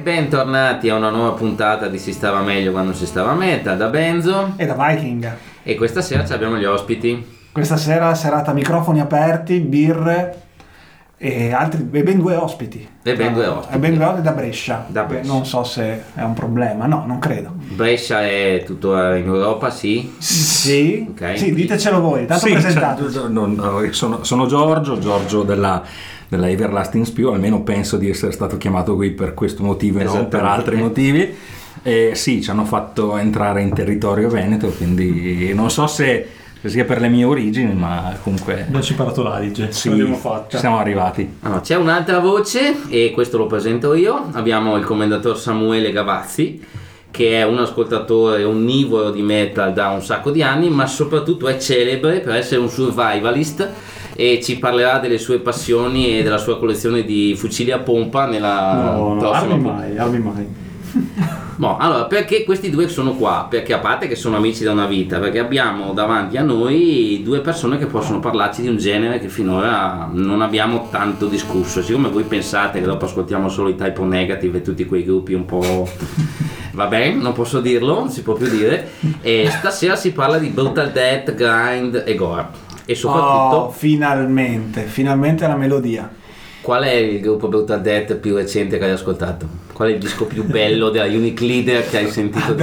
bentornati a una nuova puntata di Si stava meglio quando si stava a metal da Benzo e da Viking. E questa sera abbiamo gli ospiti. Questa sera serata microfoni aperti, birre e altri, e ben due ospiti. E ben due ospiti. E ben due ospiti da Brescia. Da Brescia. Non so se è un problema, no, non credo. Brescia è tutto in Europa, sì? Sì, Okay. Sì, ditecelo voi, tanto sì, presentate. Sono Giorgio della Everlasting Spew, almeno penso di essere stato chiamato qui per questo motivo e non per altri motivi. Sì, ci hanno fatto entrare in territorio veneto, quindi non so se sia per le mie origini, ma comunque abbiamo imparato l'Adige, sì, l'abbiamo fatta. Siamo arrivati. Allora, c'è un'altra voce e questo lo presento io. Abbiamo il commendator Samuele Gavazzi, che è un ascoltatore onnivoro di metal da un sacco di anni, ma soprattutto è celebre per essere un survivalist e ci parlerà delle sue passioni e della sua collezione di fucili a pompa nella prossima armi mai. No, allora, perché questi due sono qua? Perché a parte che sono amici da una vita, perché abbiamo davanti a noi due persone che possono parlarci di un genere che finora non abbiamo tanto discusso. Siccome voi pensate che dopo ascoltiamo solo i Type O Negative e tutti quei gruppi un po'... vabbè, non posso dirlo, non si può più dire. E stasera si parla di Brutal Death, Grind e Gore. E soprattutto... finalmente la melodia. Qual è il gruppo Brutal Death più recente che hai ascoltato? Qual è il disco più bello della Unique Leader che hai sentito?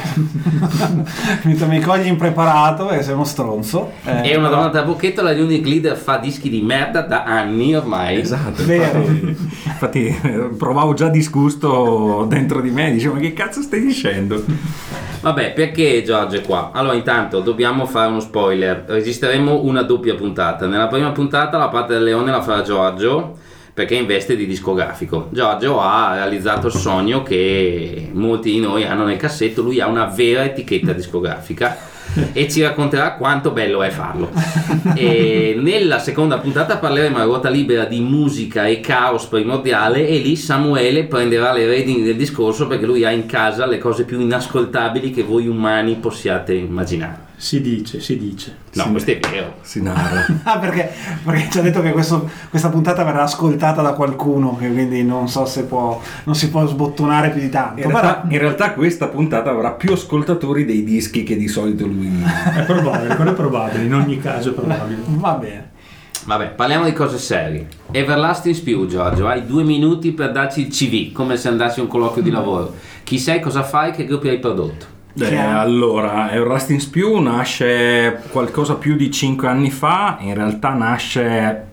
Mi cogli impreparato e sei uno stronzo. È una donna da bocchetto, la Unique Leader fa dischi di merda da anni ormai. Esatto, vero. Infatti provavo già disgusto dentro di me, dicevo ma che cazzo stai dicendo? Vabbè, perché Giorgio è qua? Allora, intanto dobbiamo fare uno spoiler. Registreremo una doppia puntata. Nella prima puntata la parte del leone la farà Giorgio, perché in veste di discografico. Giorgio ha realizzato il sogno che molti di noi hanno nel cassetto. Lui ha una vera etichetta discografica e ci racconterà quanto bello è farlo. E nella seconda puntata parleremo a ruota libera di musica e caos primordiale, e lì Samuele prenderà le redini del discorso, perché lui ha in casa le cose più inascoltabili che voi umani possiate immaginare. Si dice. No, questo è vero. Si narra. perché ci ha detto che questa puntata verrà ascoltata da qualcuno, che quindi non so se non si può sbottonare più di tanto. In realtà questa puntata avrà più ascoltatori dei dischi che di solito lui. È probabile, quello è probabile, in ogni caso è probabile. Va bene. Vabbè, parliamo di cose serie. Everlasting Spew, Giorgio, hai 2 minuti per darci il CV, come se andassi a un colloquio di lavoro. Chi sei, cosa fai, che gruppi hai prodotto? Allora, Everlasting Spew nasce qualcosa più di 5 anni fa. In realtà nasce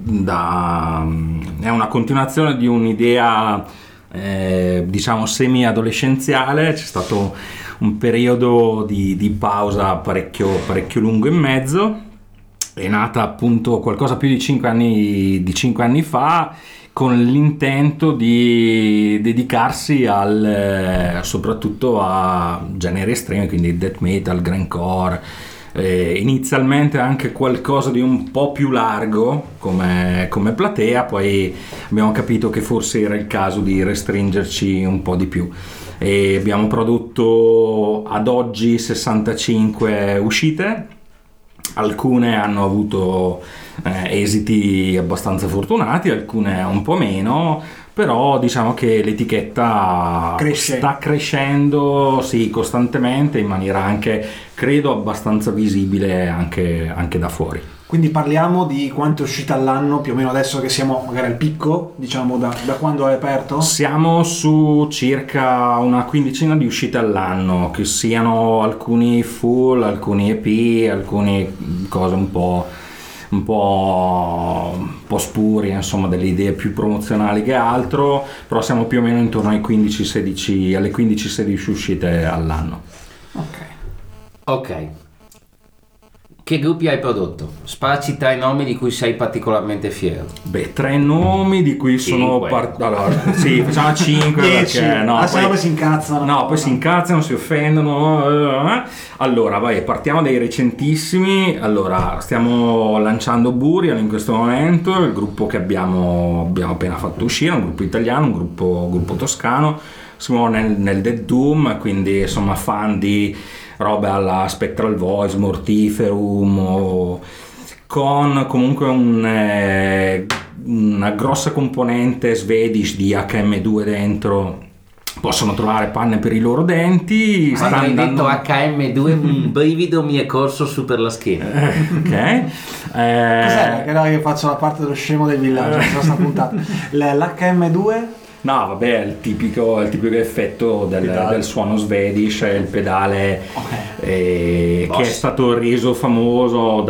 è una continuazione di un'idea diciamo semi-adolescenziale. C'è stato un periodo di pausa parecchio lungo in mezzo. È nata appunto qualcosa più di 5 anni fa, con l'intento di dedicarsi soprattutto a generi estremi, quindi death metal, grindcore, inizialmente anche qualcosa di un po' più largo come platea. Poi abbiamo capito che forse era il caso di restringerci un po' di più e abbiamo prodotto ad oggi 65 uscite. Alcune hanno avuto esiti abbastanza fortunati, alcune un po' meno, però diciamo che l'etichetta sta crescendo costantemente, in maniera anche, credo, abbastanza visibile anche da fuori. Quindi parliamo di quanto è uscita all'anno, più o meno, adesso che siamo magari al picco, diciamo da quando è aperto? Siamo su circa una quindicina di uscite all'anno, che siano alcuni full, alcuni EP, alcune cose un po' spuri, insomma, delle idee più promozionali che altro, però siamo più o meno intorno alle 15-16 uscite all'anno. Ok. Che gruppi hai prodotto? Sparaci 3 nomi di cui sei particolarmente fiero. 3 nomi di cui sono allora, sì, facciamo 5 perché poi si incazzano. No, poi si incazzano, si offendono. Allora, partiamo dai recentissimi. Allora, stiamo lanciando Burial in questo momento, il gruppo che abbiamo appena fatto uscire, un gruppo italiano, un gruppo toscano. Siamo nel Dead Doom, quindi insomma fan di robe alla Spectral Voice, Mortiferum, con comunque una grossa componente Swedish di HM2 dentro, possono trovare panne per i loro denti. Quando hai detto HM2 un brivido mi è corso su per la schiena. Ok. Cos'è? Che no, io faccio la parte dello scemo del villaggio, questa puntata. L'HM2? No, vabbè, è il tipico effetto del suono Swedish, il pedale che è stato reso famoso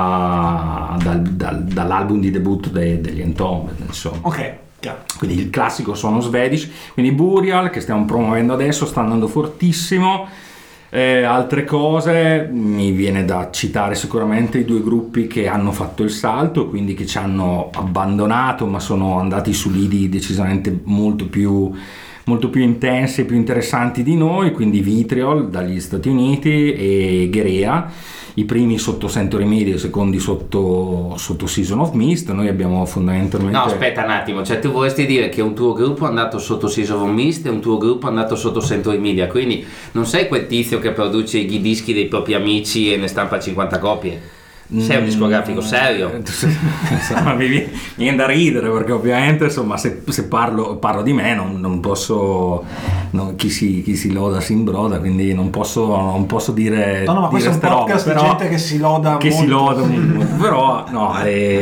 dall'album di debutto degli Entombed, insomma. Ok. Quindi il classico suono Swedish, quindi Burial che stiamo promuovendo adesso sta andando fortissimo. Altre cose mi viene da citare sicuramente i 2 gruppi che hanno fatto il salto, quindi che ci hanno abbandonato ma sono andati su lidi decisamente molto più intensi e più interessanti di noi, quindi Vitriol dagli Stati Uniti e Guerrea, i primi sotto Century Media, i secondi sotto Season of Mist. Noi abbiamo fondamentalmente... No, aspetta un attimo, cioè tu vorresti dire che un tuo gruppo è andato sotto Season of Mist e un tuo gruppo è andato sotto Century Media, quindi non sei quel tizio che produce i dischi dei propri amici e ne stampa 50 copie? Sei un discografico serio? Insomma, mi viene da ridere perché ovviamente insomma se parlo di me non posso, chi si loda si imbroda, quindi non posso dire no, ma questo è un podcast di gente che si loda molto. Però no,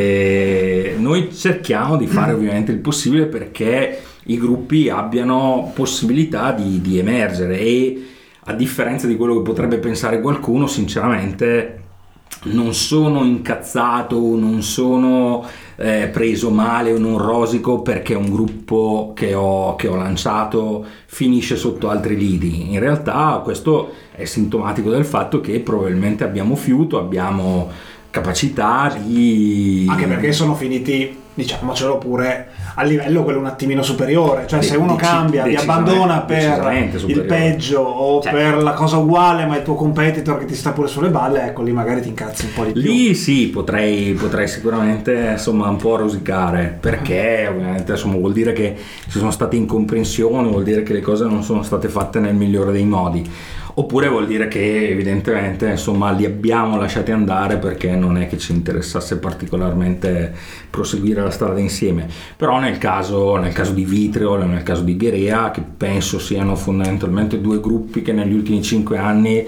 noi cerchiamo di fare ovviamente il possibile perché i gruppi abbiano possibilità di emergere, e a differenza di quello che potrebbe pensare qualcuno, sinceramente non sono incazzato, non sono preso male o non rosico perché un gruppo che ho lanciato finisce sotto altri lidi. In realtà questo è sintomatico del fatto che probabilmente abbiamo fiuto, abbiamo capacità di... Anche perché sono finiti, diciamocelo pure, a livello quello un attimino superiore, cioè se uno cambia, ti abbandona per il peggio o per la cosa uguale, ma il tuo competitor che ti sta pure sulle balle, ecco lì magari ti incazzi un po' di più. Lì sì, potrei sicuramente insomma un po' rosicare, perché ovviamente insomma vuol dire che ci sono state incomprensioni, vuol dire che le cose non sono state fatte nel migliore dei modi. Oppure vuol dire che evidentemente insomma li abbiamo lasciati andare perché non è che ci interessasse particolarmente proseguire la strada insieme. Però nel caso di Vitriol e nel caso di Guerrea, che penso siano fondamentalmente 2 gruppi che negli ultimi 5 anni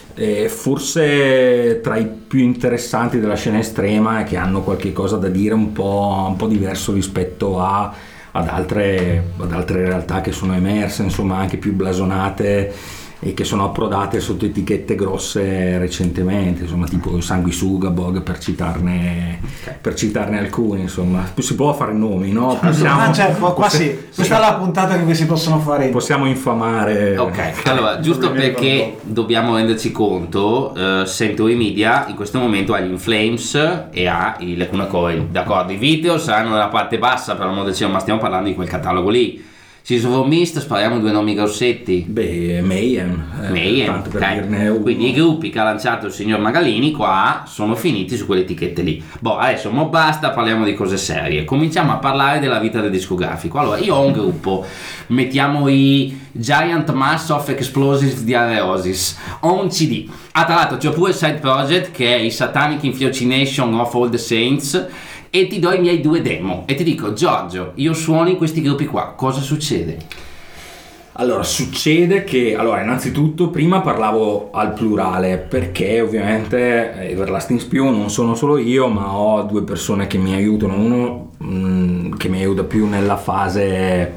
forse tra i più interessanti della scena estrema e che hanno qualche cosa da dire un po' diverso rispetto ad altre realtà che sono emerse, insomma anche più blasonate e che sono approdate sotto etichette grosse recentemente, insomma tipo Sanguisugabog per citarne alcuni, insomma si può fare nomi, no? Questa è la puntata che si possono fare, possiamo infamare. Ok, allora giusto perché dobbiamo renderci conto, Century Media in questo momento ha gli In Flames e ha i Lacuna Coil, d'accordo, i video saranno nella parte bassa per l'amor del cielo, ma stiamo parlando di quel catalogo lì. Season of Mist, spariamo 2 nomi grossetti. Mayhem, tanto per dirne uno. Quindi i gruppi che ha lanciato il signor Magalini qua sono finiti su quelle etichette lì. Adesso basta, parliamo di cose serie. Cominciamo a parlare della vita del discografico. Allora, io ho un gruppo, mettiamo i Giant Mass of Explosives di Areosis, ho un CD. Tra l'altro c'ho pure il side project che è i Satanic Infiocination of All the Saints, e ti do i miei 2 demo e ti dico: Giorgio, io suono in questi gruppi qua, cosa succede? Allora, succede che, innanzitutto prima parlavo al plurale perché ovviamente Everlasting Spew non sono solo io, ma ho 2 persone che mi aiutano, uno che mi aiuta più nella fase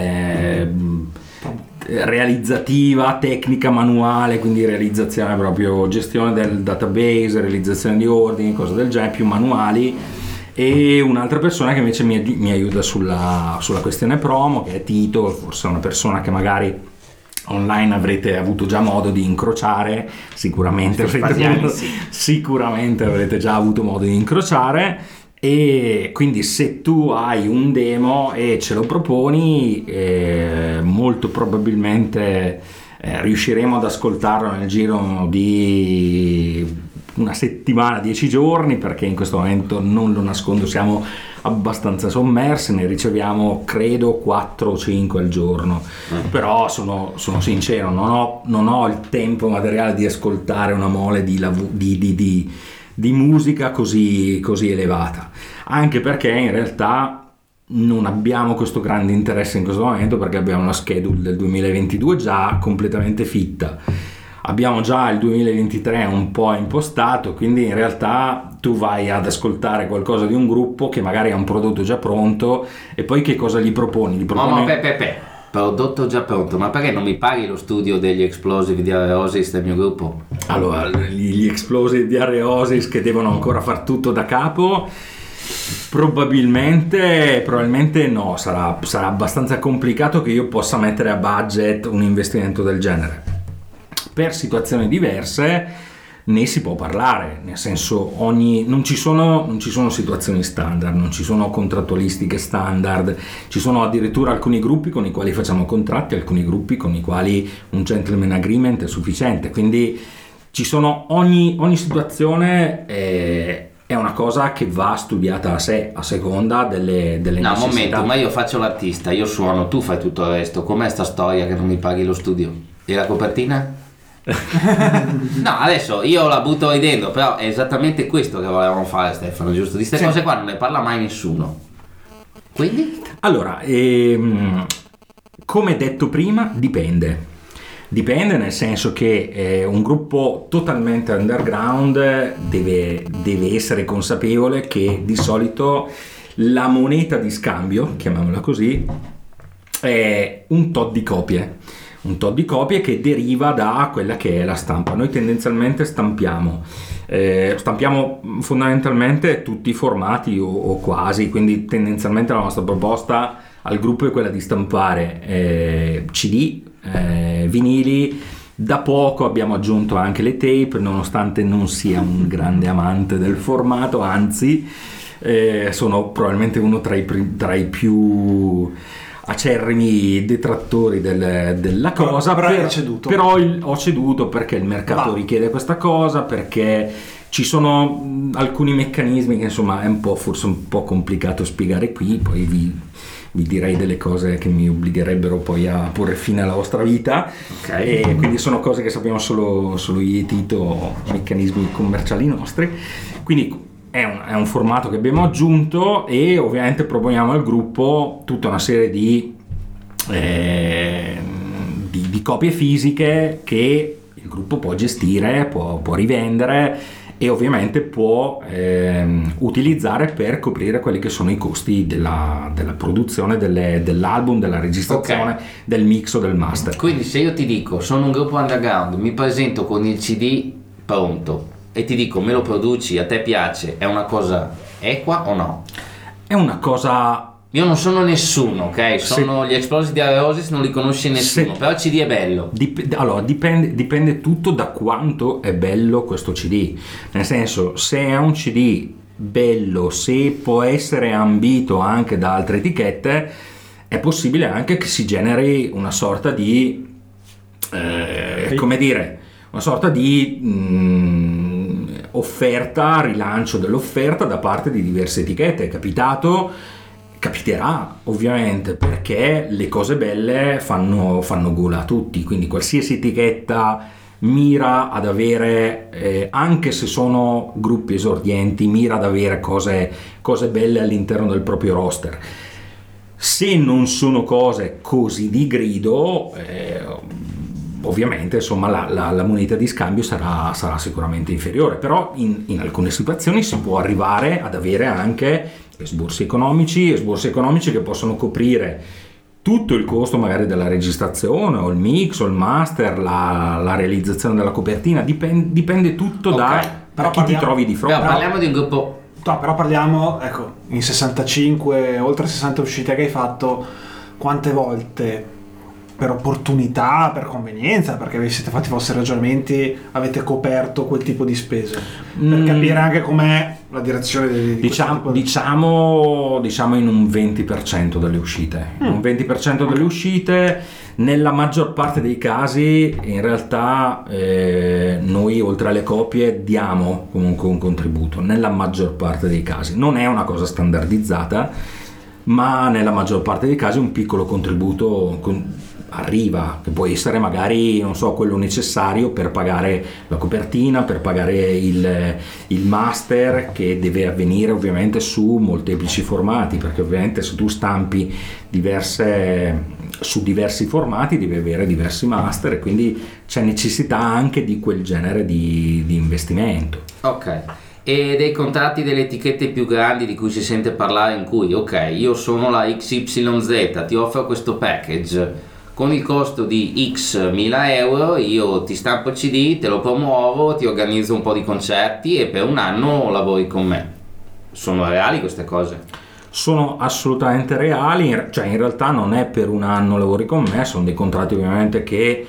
realizzativa, tecnica, manuale, quindi realizzazione proprio, gestione del database, realizzazione di ordini, cose del genere, più manuali, e un'altra persona che invece mi aiuta sulla questione promo, che è Tito, forse una persona che magari online avrete avuto già modo di incrociare, sicuramente avrete già avuto modo di incrociare. E quindi se tu hai un demo e ce lo proponi, molto probabilmente riusciremo ad ascoltarlo nel giro di una settimana, 10 giorni, perché in questo momento, non lo nascondo, siamo abbastanza sommersi, ne riceviamo credo 4 o 5 al giorno. Però sono sincero, non ho il tempo materiale di ascoltare una mole di musica così elevata, anche perché in realtà non abbiamo questo grande interesse in questo momento perché abbiamo una schedule del 2022 già completamente fitta. Abbiamo già il 2023 un po' impostato, quindi in realtà tu vai ad ascoltare qualcosa di un gruppo che magari ha un prodotto già pronto e poi che cosa gli proponi? Prodotto già pronto, ma perché non mi paghi lo studio degli Explosive di Areosis del mio gruppo? Allora, gli Explosive di Areosis che devono ancora far tutto da capo, probabilmente no, sarà abbastanza complicato che io possa mettere a budget un investimento del genere. Per situazioni diverse ne si può parlare, nel senso non ci sono situazioni standard, non ci sono contrattualistiche standard, ci sono addirittura alcuni gruppi con i quali facciamo contratti, alcuni gruppi con i quali un gentleman agreement è sufficiente, quindi ci sono ogni situazione è una cosa che va studiata a sé, a seconda delle necessità. No, momento, ma io faccio l'artista, io suono, tu fai tutto il resto, com'è sta storia che non mi paghi lo studio? E la copertina? No, adesso io la butto lì dentro, però è esattamente questo che volevamo fare, Stefano, giusto? Di queste cose qua non ne parla mai nessuno. Quindi? Allora, come detto prima, dipende nel senso che un gruppo totalmente underground deve essere consapevole che di solito la moneta di scambio, chiamiamola così, è un tot di copie che deriva da quella che è la stampa. Noi tendenzialmente stampiamo fondamentalmente tutti i formati o quasi, quindi tendenzialmente la nostra proposta al gruppo è quella di stampare CD, vinili. Da poco abbiamo aggiunto anche le tape, nonostante non sia un grande amante del formato, anzi sono probabilmente uno tra i più acerrimi detrattori della cosa, però ho ceduto perché il mercato richiede questa cosa, perché ci sono alcuni meccanismi che insomma è forse un po' complicato spiegare qui, poi vi direi delle cose che mi obbligherebbero poi a porre fine alla vostra vita, okay. E quindi sono cose che sappiamo solo io e Tito, meccanismi commerciali nostri, quindi è un formato che abbiamo aggiunto e ovviamente proponiamo al gruppo tutta una serie di copie fisiche che il gruppo può gestire, può rivendere e ovviamente può utilizzare per coprire quelli che sono i costi della produzione dell'album, della registrazione, okay, del mix o del master. Quindi se io ti dico sono un gruppo underground, mi presento con il CD pronto e ti dico me lo produci, a te piace, è una cosa equa o no? È una cosa... Io non sono nessuno, ok? Sono gli Explosive di Areosis, non li conosce nessuno, però il CD è bello. Allora, dipende tutto da quanto è bello questo CD. Nel senso, se è un CD bello, se può essere ambito anche da altre etichette, è possibile anche che si generi una sorta di... come dire... una sorta di offerta, rilancio dell'offerta da parte di diverse etichette. Capiterà ovviamente, perché le cose belle fanno gola a tutti, quindi qualsiasi etichetta mira ad avere, anche se sono gruppi esordienti, mira ad avere cose belle all'interno del proprio roster. Se non sono cose così di grido, ovviamente insomma la moneta di scambio sarà sicuramente inferiore, però in alcune situazioni si può arrivare ad avere anche esborsi economici che possono coprire tutto il costo magari della registrazione o il mix o il master, la realizzazione della copertina, dipende tutto da chi ti trovi di fronte. Però parliamo di un gruppo. No, però parliamo, ecco, in 65, oltre 60 uscite che hai fatto, quante volte per opportunità, per convenienza, perché vi siete fatti i vostri ragionamenti, avete coperto quel tipo di spese, per capire anche com'è la direzione di diciamo in un 20% delle uscite. Un 20% delle uscite, nella maggior parte dei casi in realtà noi oltre alle copie diamo comunque un contributo, nella maggior parte dei casi. Non è una cosa standardizzata, ma nella maggior parte dei casi un piccolo contributo arriva, che può essere magari, non so, quello necessario per pagare la copertina, per pagare il master, che deve avvenire ovviamente su molteplici formati, perché ovviamente se tu stampi su diversi formati devi avere diversi master, e quindi c'è necessità anche di quel genere di investimento. Ok. E dei contratti delle etichette più grandi di cui si sente parlare, in cui ok, io sono la XYZ, ti offro questo package con il costo di X 1000 euro, io ti stampo il CD, te lo promuovo, ti organizzo un po' di concerti e per un anno lavori con me. Sono reali queste cose? Sono assolutamente reali, cioè in realtà non è per un anno lavori con me, sono dei contratti ovviamente che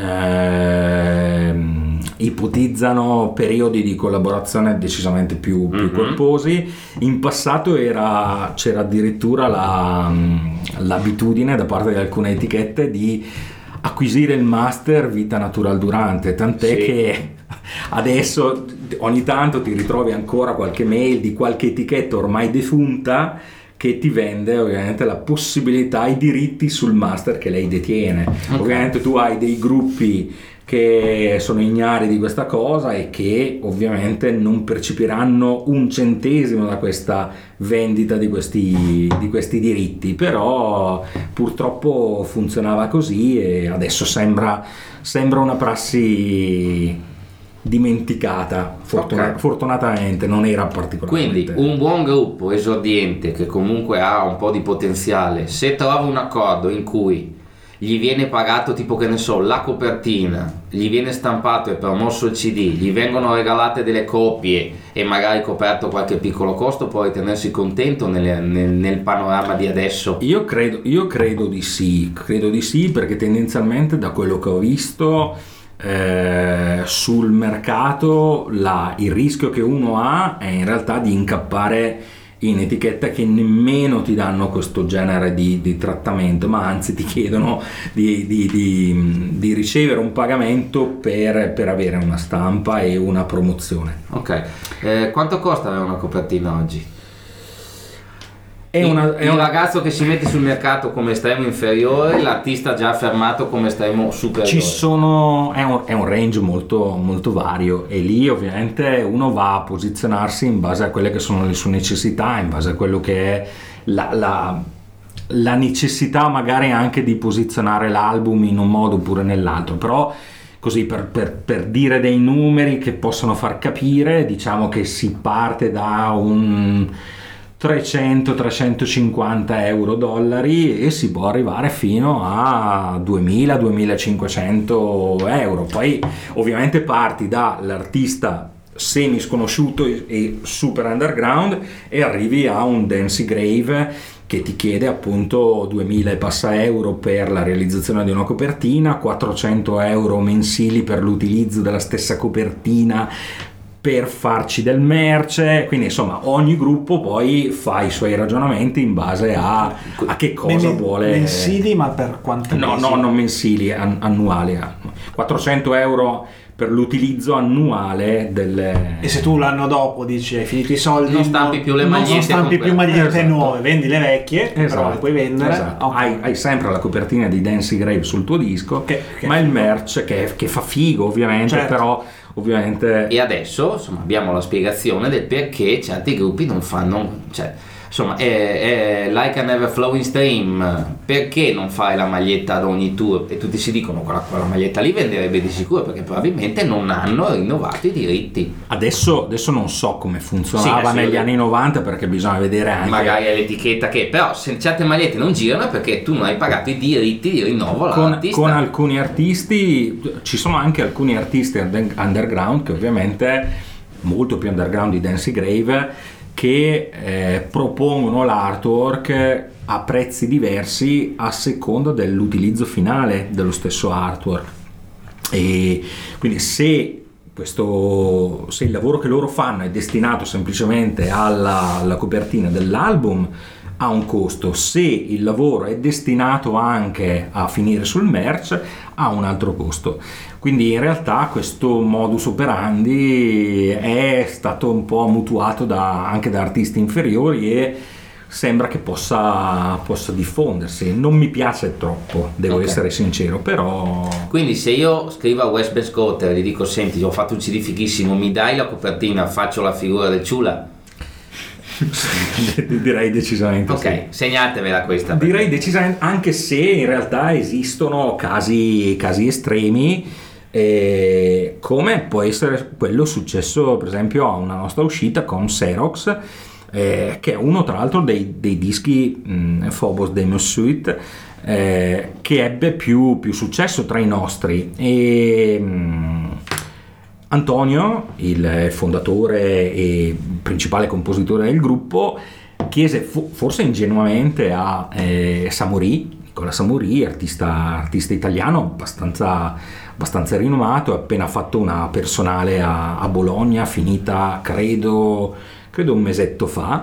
ipotizzano periodi di collaborazione decisamente più corposi. In passato c'era addirittura l'abitudine da parte di alcune etichette di acquisire il master vita natural durante, tant'è che adesso ogni tanto ti ritrovi ancora qualche mail di qualche etichetta ormai defunta che ti vende ovviamente la possibilità, i diritti sul master che lei detiene. Okay. Ovviamente tu hai dei gruppi che sono ignari di questa cosa e che ovviamente non percepiranno un centesimo da questa vendita di questi diritti, però purtroppo funzionava così e adesso sembra una prassi dimenticata. Fortunatamente non era particolarmente. Quindi un buon gruppo esordiente che comunque ha un po' di potenziale, se trova un accordo in cui gli viene pagato, tipo, che ne so, la copertina, gli viene stampato e promosso il CD, gli vengono regalate delle copie e magari coperto qualche piccolo costo, può ritenersi contento nel panorama di adesso? Io credo di sì, perché tendenzialmente da quello che ho visto sul mercato il rischio che uno ha è in realtà di incappare in etichette che nemmeno ti danno questo genere di trattamento, ma anzi ti chiedono di ricevere un pagamento per avere una stampa e una promozione. Ok, quanto costa avere una copertina oggi? Il ragazzo che si mette sul mercato come estremo inferiore, l'artista già affermato come estremo superiore. È un range molto, molto vario, e lì ovviamente uno va a posizionarsi in base a quelle che sono le sue necessità, in base a quello che è la necessità magari anche di posizionare l'album in un modo oppure nell'altro, però così per dire dei numeri che possono far capire, diciamo che si parte da un 300-350 euro dollari e si può arrivare fino a 2000-2500 euro. Poi ovviamente parti dall'artista semi sconosciuto e super underground e arrivi a un Dancy Grave che ti chiede appunto 2000 e passa euro per la realizzazione di una copertina, 400 euro mensili per l'utilizzo della stessa copertina per farci del merce. Quindi insomma ogni gruppo poi fa i suoi ragionamenti in base a che cosa vuole. Mensili, ma per quanto? No, non mensili, annuali. 400 euro per l'utilizzo annuale delle... E se tu l'anno dopo dici hai finito i soldi, non stampi più le magliette, non stampi più magliette esatto. nuove, vendi le vecchie, però le puoi vendere. Esatto. Okay. Hai sempre la copertina di Dancy Grave sul tuo disco, ma il merch che fa figo ovviamente, certo. Però ovviamente... E adesso insomma abbiamo la spiegazione del perché certi gruppi non fanno, cioè insomma è like an ever flowing stream. Perché non fai la maglietta ad ogni tour? E tutti si dicono quella maglietta lì venderebbe di sicuro, perché probabilmente non hanno rinnovato i diritti. Adesso non so come funzionava negli anni 90, perché bisogna vedere anche magari è l'etichetta che, però se certe magliette non girano è perché tu non hai pagato i diritti di rinnovo all'artista. Con alcuni artisti, ci sono anche alcuni artisti underground che ovviamente molto più underground di Dancy Grave, che propongono l'artwork a prezzi diversi a seconda dell'utilizzo finale dello stesso artwork. E quindi se il lavoro che loro fanno è destinato semplicemente alla copertina dell'album, ha un costo. Se il lavoro è destinato anche a finire sul merch, ha un altro costo. Quindi in realtà questo modus operandi è stato un po' mutuato anche da artisti inferiori, e sembra che possa diffondersi. Non mi piace troppo, devo essere sincero, però... Quindi se io scrivo a Wes Ben Scott e gli dico: senti, ho fatto un CD fighissimo, mi dai la copertina, faccio la figura del Ciula? Direi decisamente ok, sì. Segnatevela questa. Direi decisamente, anche se in realtà esistono casi estremi, come può essere quello successo per esempio a una nostra uscita con Xerox, che è uno tra l'altro dei dischi Phobos Deimos Suite che ebbe più successo tra i nostri. E Antonio, il fondatore e principale compositore del gruppo, chiese forse ingenuamente a Nicola Samuri, artista italiano abbastanza rinomato, ha appena fatto una personale a Bologna, finita credo un mesetto fa,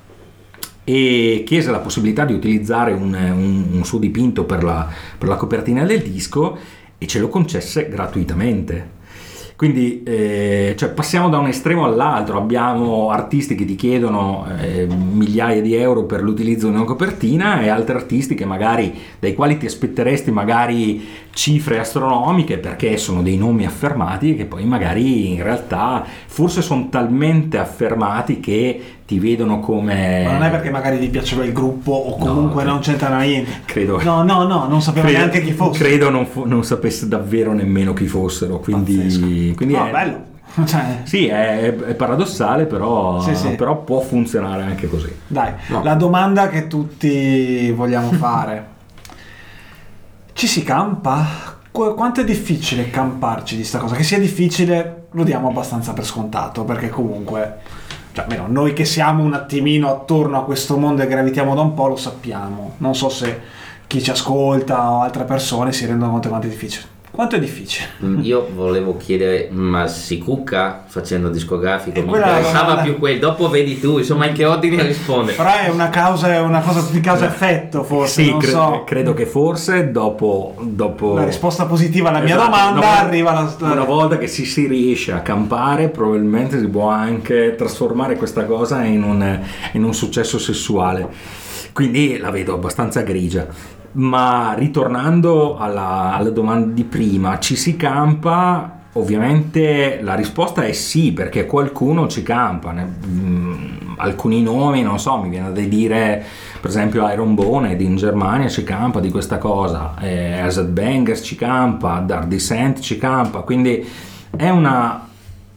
e chiese la possibilità di utilizzare un suo dipinto per la copertina del disco, e ce lo concesse gratuitamente. Quindi cioè passiamo da un estremo all'altro. Abbiamo artisti che ti chiedono migliaia di euro per l'utilizzo di una copertina, e altri artisti dai quali ti aspetteresti magari cifre astronomiche, perché sono dei nomi affermati, che poi magari in realtà forse sono talmente affermati che ti vedono come... Ma non è perché magari ti piaceva il gruppo o comunque non c'entra niente. Credo. No, non sapeva neanche chi fosse. Credo non sapesse davvero nemmeno chi fossero, quindi no, è bello. Cioè... Sì, è paradossale, però, sì. però può funzionare anche così. Dai, la domanda che tutti vogliamo fare: ci si campa? Quanto è difficile camparci di sta cosa? Che sia difficile lo diamo abbastanza per scontato, perché comunque, cioè, almeno noi che siamo un attimino attorno a questo mondo e gravitiamo da un po' lo sappiamo. Non so se chi ci ascolta o altre persone si rendono conto quanto è difficile. Quanto è difficile? Io volevo chiedere, ma si cucca facendo discografico? Mi interessava più quel, dopo vedi tu, insomma, in che ordine risponde. Però è una cosa di causa-effetto, forse. Sì, non so. Credo che forse dopo la risposta positiva alla mia domanda arriva la storia. Una volta che si riesce a campare, probabilmente si può anche trasformare questa cosa in un successo sessuale. Quindi la vedo abbastanza grigia. Ma ritornando alla domanda di prima, ci si campa? Ovviamente la risposta è sì, perché qualcuno ci campa. Alcuni nomi, non so, mi viene da dire per esempio Iron Boned in Germania ci campa di questa cosa, Acid Bangers ci campa, Dark Descent ci campa, quindi è una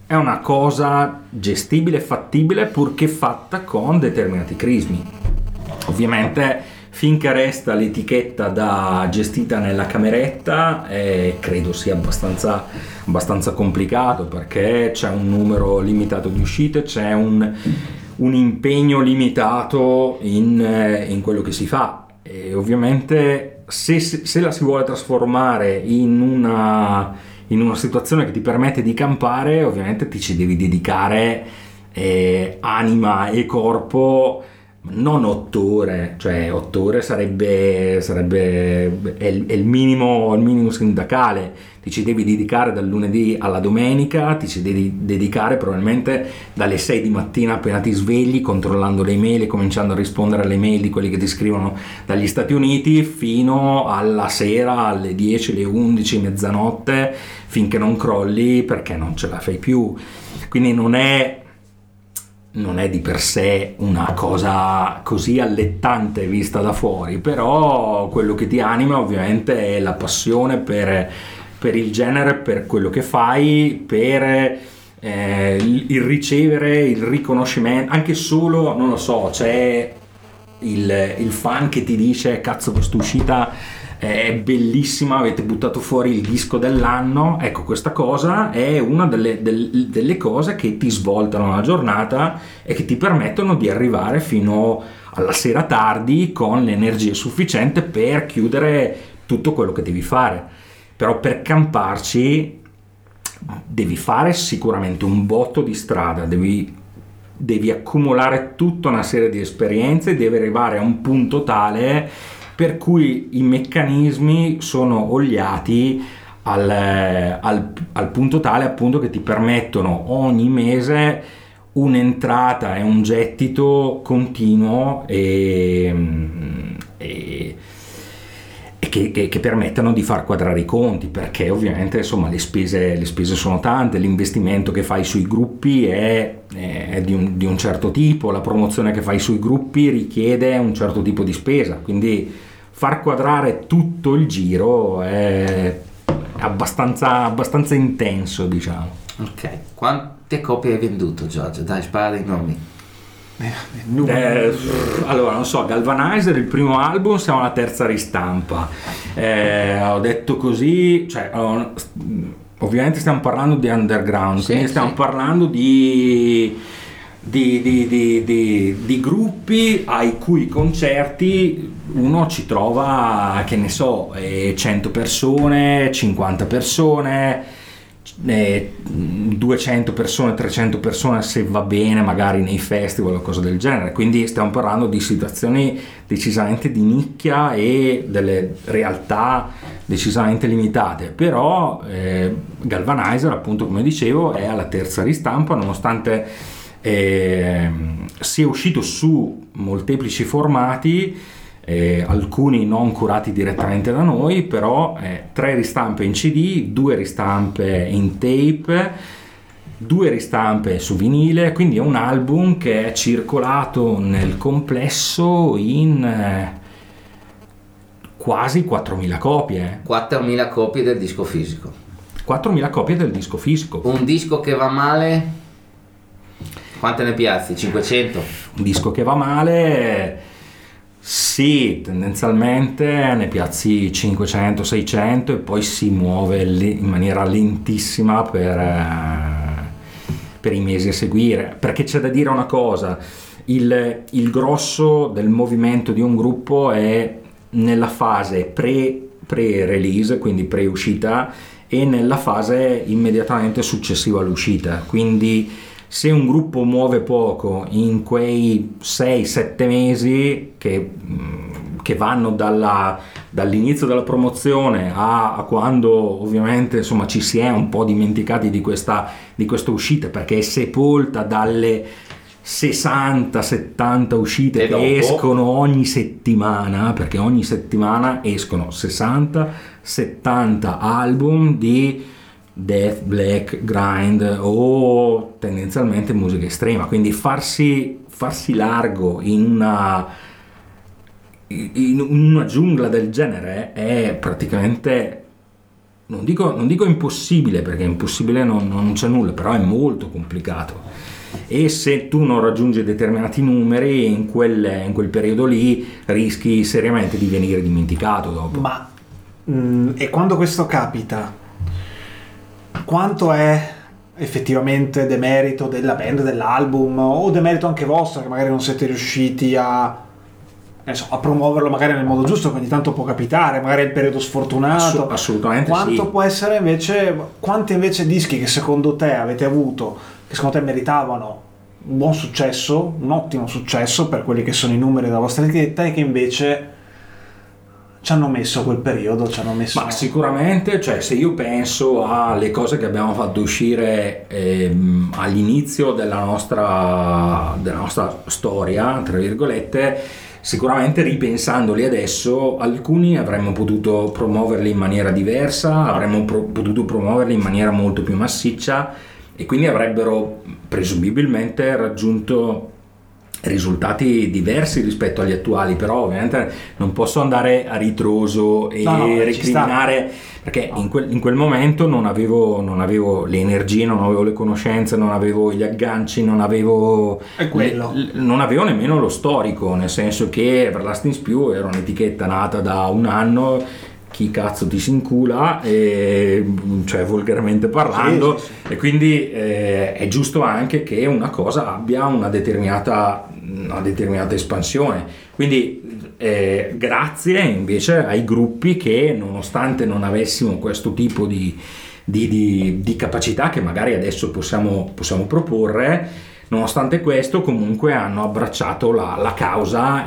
cosa gestibile, fattibile, purché fatta con determinati crismi. Ovviamente finché resta l'etichetta da gestita nella cameretta, credo sia abbastanza complicato, perché c'è un numero limitato di uscite, c'è un impegno limitato in quello che si fa, e ovviamente se la si vuole trasformare in una situazione che ti permette di campare, ovviamente ti ci devi dedicare anima e corpo. Non 8 ore, cioè 8 ore sarebbe è il minimo sindacale. Ti ci devi dedicare dal lunedì alla domenica, ti ci devi dedicare probabilmente dalle 6 di mattina appena ti svegli, controllando le email e cominciando a rispondere alle mail di quelli che ti scrivono dagli Stati Uniti, fino alla sera, alle 10, alle 11, mezzanotte, finché non crolli perché non ce la fai più. Quindi non è di per sé una cosa così allettante vista da fuori, però quello che ti anima ovviamente è la passione per il genere, per quello che fai, per il ricevere il riconoscimento, anche solo, non lo so, c'è il fan che ti dice cazzo quest'uscita è bellissima, avete buttato fuori il disco dell'anno. Ecco, questa cosa è una delle cose che ti svoltano la giornata e che ti permettono di arrivare fino alla sera tardi con l'energia sufficiente per chiudere tutto quello che devi fare. Però per camparci devi fare sicuramente un botto di strada, devi accumulare tutta una serie di esperienze, devi arrivare a un punto tale per cui i meccanismi sono oliati al punto tale appunto che ti permettono ogni mese un'entrata e un gettito continuo e che permettano di far quadrare i conti, perché ovviamente insomma le spese sono tante, l'investimento che fai sui gruppi è di un certo tipo, la promozione che fai sui gruppi richiede un certo tipo di spesa, quindi far quadrare tutto il giro è abbastanza intenso, diciamo. Ok, quante copie hai venduto, Giorgio? Dai, spara dei nomi. Allora, non so, Galvanizer, il primo album, siamo alla terza ristampa. Ho detto così, cioè, ovviamente stiamo parlando di underground, quindi stiamo parlando di gruppi ai cui concerti uno ci trova, che ne so, 100 persone, 50 persone, 200 persone, 300 persone se va bene, magari nei festival o cose del genere. Quindi stiamo parlando di situazioni decisamente di nicchia e delle realtà decisamente limitate, però Galvanizer, appunto, come dicevo, è alla terza ristampa, nonostante sia uscito su molteplici formati, alcuni non curati direttamente da noi, però 3 ristampe in CD, 2 ristampe in tape, 2 ristampe su vinile, quindi è un album che è circolato nel complesso in quasi 4.000 copie. 4.000 copie del disco fisico. 4.000 copie del disco fisico. Un disco che va male, quante ne piazzi? 500? Un disco che va male, sì, tendenzialmente ne piazzi 500-600 e poi si muove in maniera lentissima per i mesi a seguire, perché c'è da dire una cosa: il grosso del movimento di un gruppo è nella fase pre-release, quindi pre-uscita, e nella fase immediatamente successiva all'uscita. Quindi se un gruppo muove poco in quei 6-7 mesi che vanno dall'inizio della promozione a quando ovviamente insomma ci si è un po' dimenticati di questa uscita, perché è sepolta dalle 60-70 uscite che escono ogni settimana, perché ogni settimana escono 60-70 album di death, black, grind o tendenzialmente musica estrema. Quindi farsi largo in una giungla del genere è praticamente, non dico impossibile, perché impossibile non c'è nulla, però è molto complicato, e se tu non raggiungi determinati numeri in quel periodo lì rischi seriamente di venire dimenticato dopo. Ma e quando questo capita, quanto è effettivamente demerito della band, dell'album, o demerito anche vostro, che magari non siete riusciti a promuoverlo magari nel modo giusto, che ogni tanto può capitare, magari è il periodo sfortunato. Assolutamente. Quanto sì. Può essere invece, quanti invece dischi che secondo te avete avuto, che secondo te meritavano un buon successo, un ottimo successo per quelli che sono i numeri della vostra etichetta, e che invece ci hanno messo quel periodo, Ma sicuramente, cioè, se io penso alle cose che abbiamo fatto uscire all'inizio della nostra storia, tra virgolette, sicuramente ripensandoli adesso, alcuni avremmo potuto promuoverli in maniera diversa, avremmo potuto promuoverli in maniera molto più massiccia, e quindi avrebbero presumibilmente raggiunto risultati diversi rispetto agli attuali. Però ovviamente non posso andare a ritroso e recriminare, perché in quel momento non avevo le energie, non avevo le conoscenze, non avevo gli agganci, non avevo nemmeno lo storico, nel senso che Everlasting Spew era un'etichetta nata da un anno, chi cazzo ti si incula, cioè volgarmente parlando, sì. E quindi è giusto anche che una cosa abbia una determinata espansione. Quindi grazie invece ai gruppi che, nonostante non avessimo questo tipo di capacità che magari adesso possiamo proporre, nonostante questo comunque hanno abbracciato la causa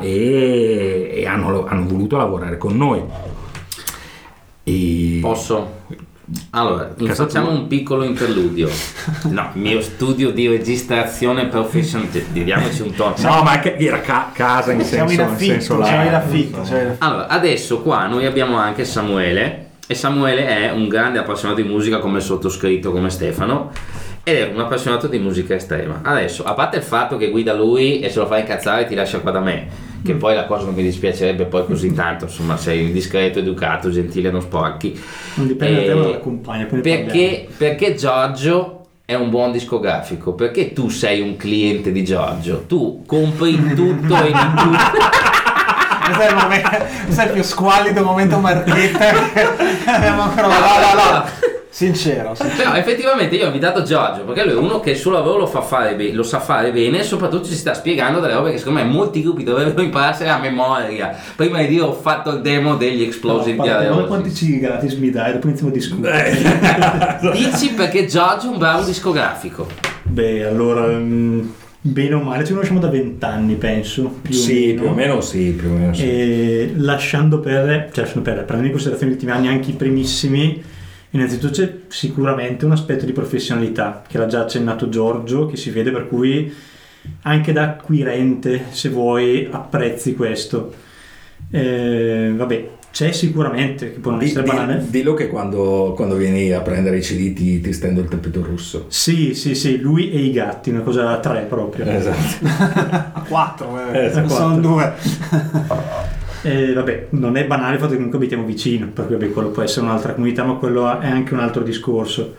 e hanno voluto lavorare con noi. Posso? Allora, facciamo un piccolo interludio. No, il mio studio di registrazione professionale, diamoci un tono. No, ma era casa in siamo senso, in affitto, in senso siamo in affitto. Allora, adesso qua noi abbiamo anche Samuele, e Samuele è un grande appassionato di musica come il sottoscritto, come Stefano, ed è un appassionato di musica estrema. Adesso, a parte il fatto che guida lui e se lo fa incazzare ti lascia qua da me, che poi la cosa non mi dispiacerebbe poi così tanto, insomma, sei discreto, educato, gentile, non sporchi. Non dipende da te, ma dalla compagna. Perché Giorgio è un buon discografico, perché tu sei un cliente di Giorgio, tu compri tutto e in tutto. Questo è il più squallido momento marchetta che abbiamo ancora. No. Sincero. Però effettivamente io ho invitato Giorgio perché lui è uno che il suo lavoro lo sa fare bene, e soprattutto ci sta spiegando delle robe che secondo me molti gruppi dovrebbero impararsene a memoria. Prima di dire ho fatto il demo degli Explosive Diarrhea. Quanti cighi gratis mi dai? Dopo iniziamo a discutere. Dici perché Giorgio è un bravo discografico. Beh, allora bene o male ci conosciamo da 20 anni, penso. Più o meno sì. E lasciando perdere, prendendo in considerazione gli ultimi anni, anche i primissimi, innanzitutto c'è sicuramente un aspetto di professionalità che l'ha già accennato Giorgio, che si vede, per cui anche da acquirente, se vuoi, apprezzi questo. Vabbè, c'è sicuramente, che può non essere banale. Dillo che quando vieni a prendere i CD ti stendo il tappeto rosso. Sì, lui e i gatti, una cosa a 3 proprio. Esatto. A 4, sono 2. Vabbè, non è banale il fatto che comunque abitiamo vicino, per cui quello può essere un'altra comunità, ma quello è anche un altro discorso.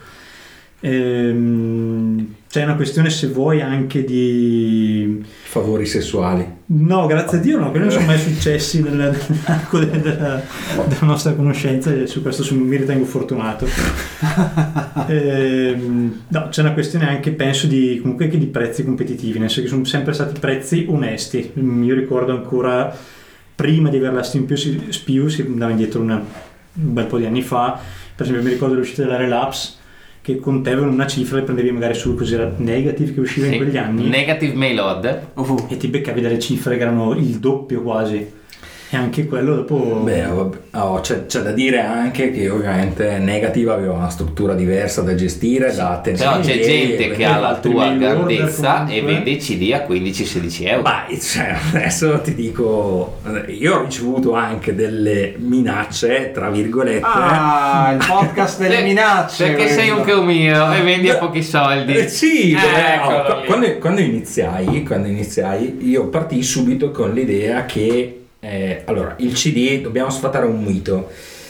C'è una questione, se vuoi, anche di favori sessuali. No, grazie a Dio no, quelli non sono mai successi nell'arco della nostra conoscenza, e su questo mi ritengo fortunato. No, c'è una questione anche, penso, comunque di prezzi competitivi, nel senso che sono sempre stati prezzi onesti. Io ricordo ancora, prima di avere la Steam Spiu si andava indietro un bel po' di anni fa, per esempio mi ricordo l'uscita della Relapse, che contavano una cifra e prendevi magari sul cos'era Negative, che usciva in quegli anni, Negative Mailord, e ti beccavi delle cifre che erano il doppio quasi, e anche quello dopo. C'è da dire anche che ovviamente Negative aveva una struttura diversa da gestire, da tenere. Però c'è gente che ha la tua grandezza e vende i CD a 15-16 euro. Adesso ti dico, io ho ricevuto anche delle minacce, tra virgolette. Il podcast delle minacce. Perché sei un cromino e vendi a pochi soldi. Quando iniziai io partii subito con l'idea che allora, il CD, dobbiamo sfatare un mito.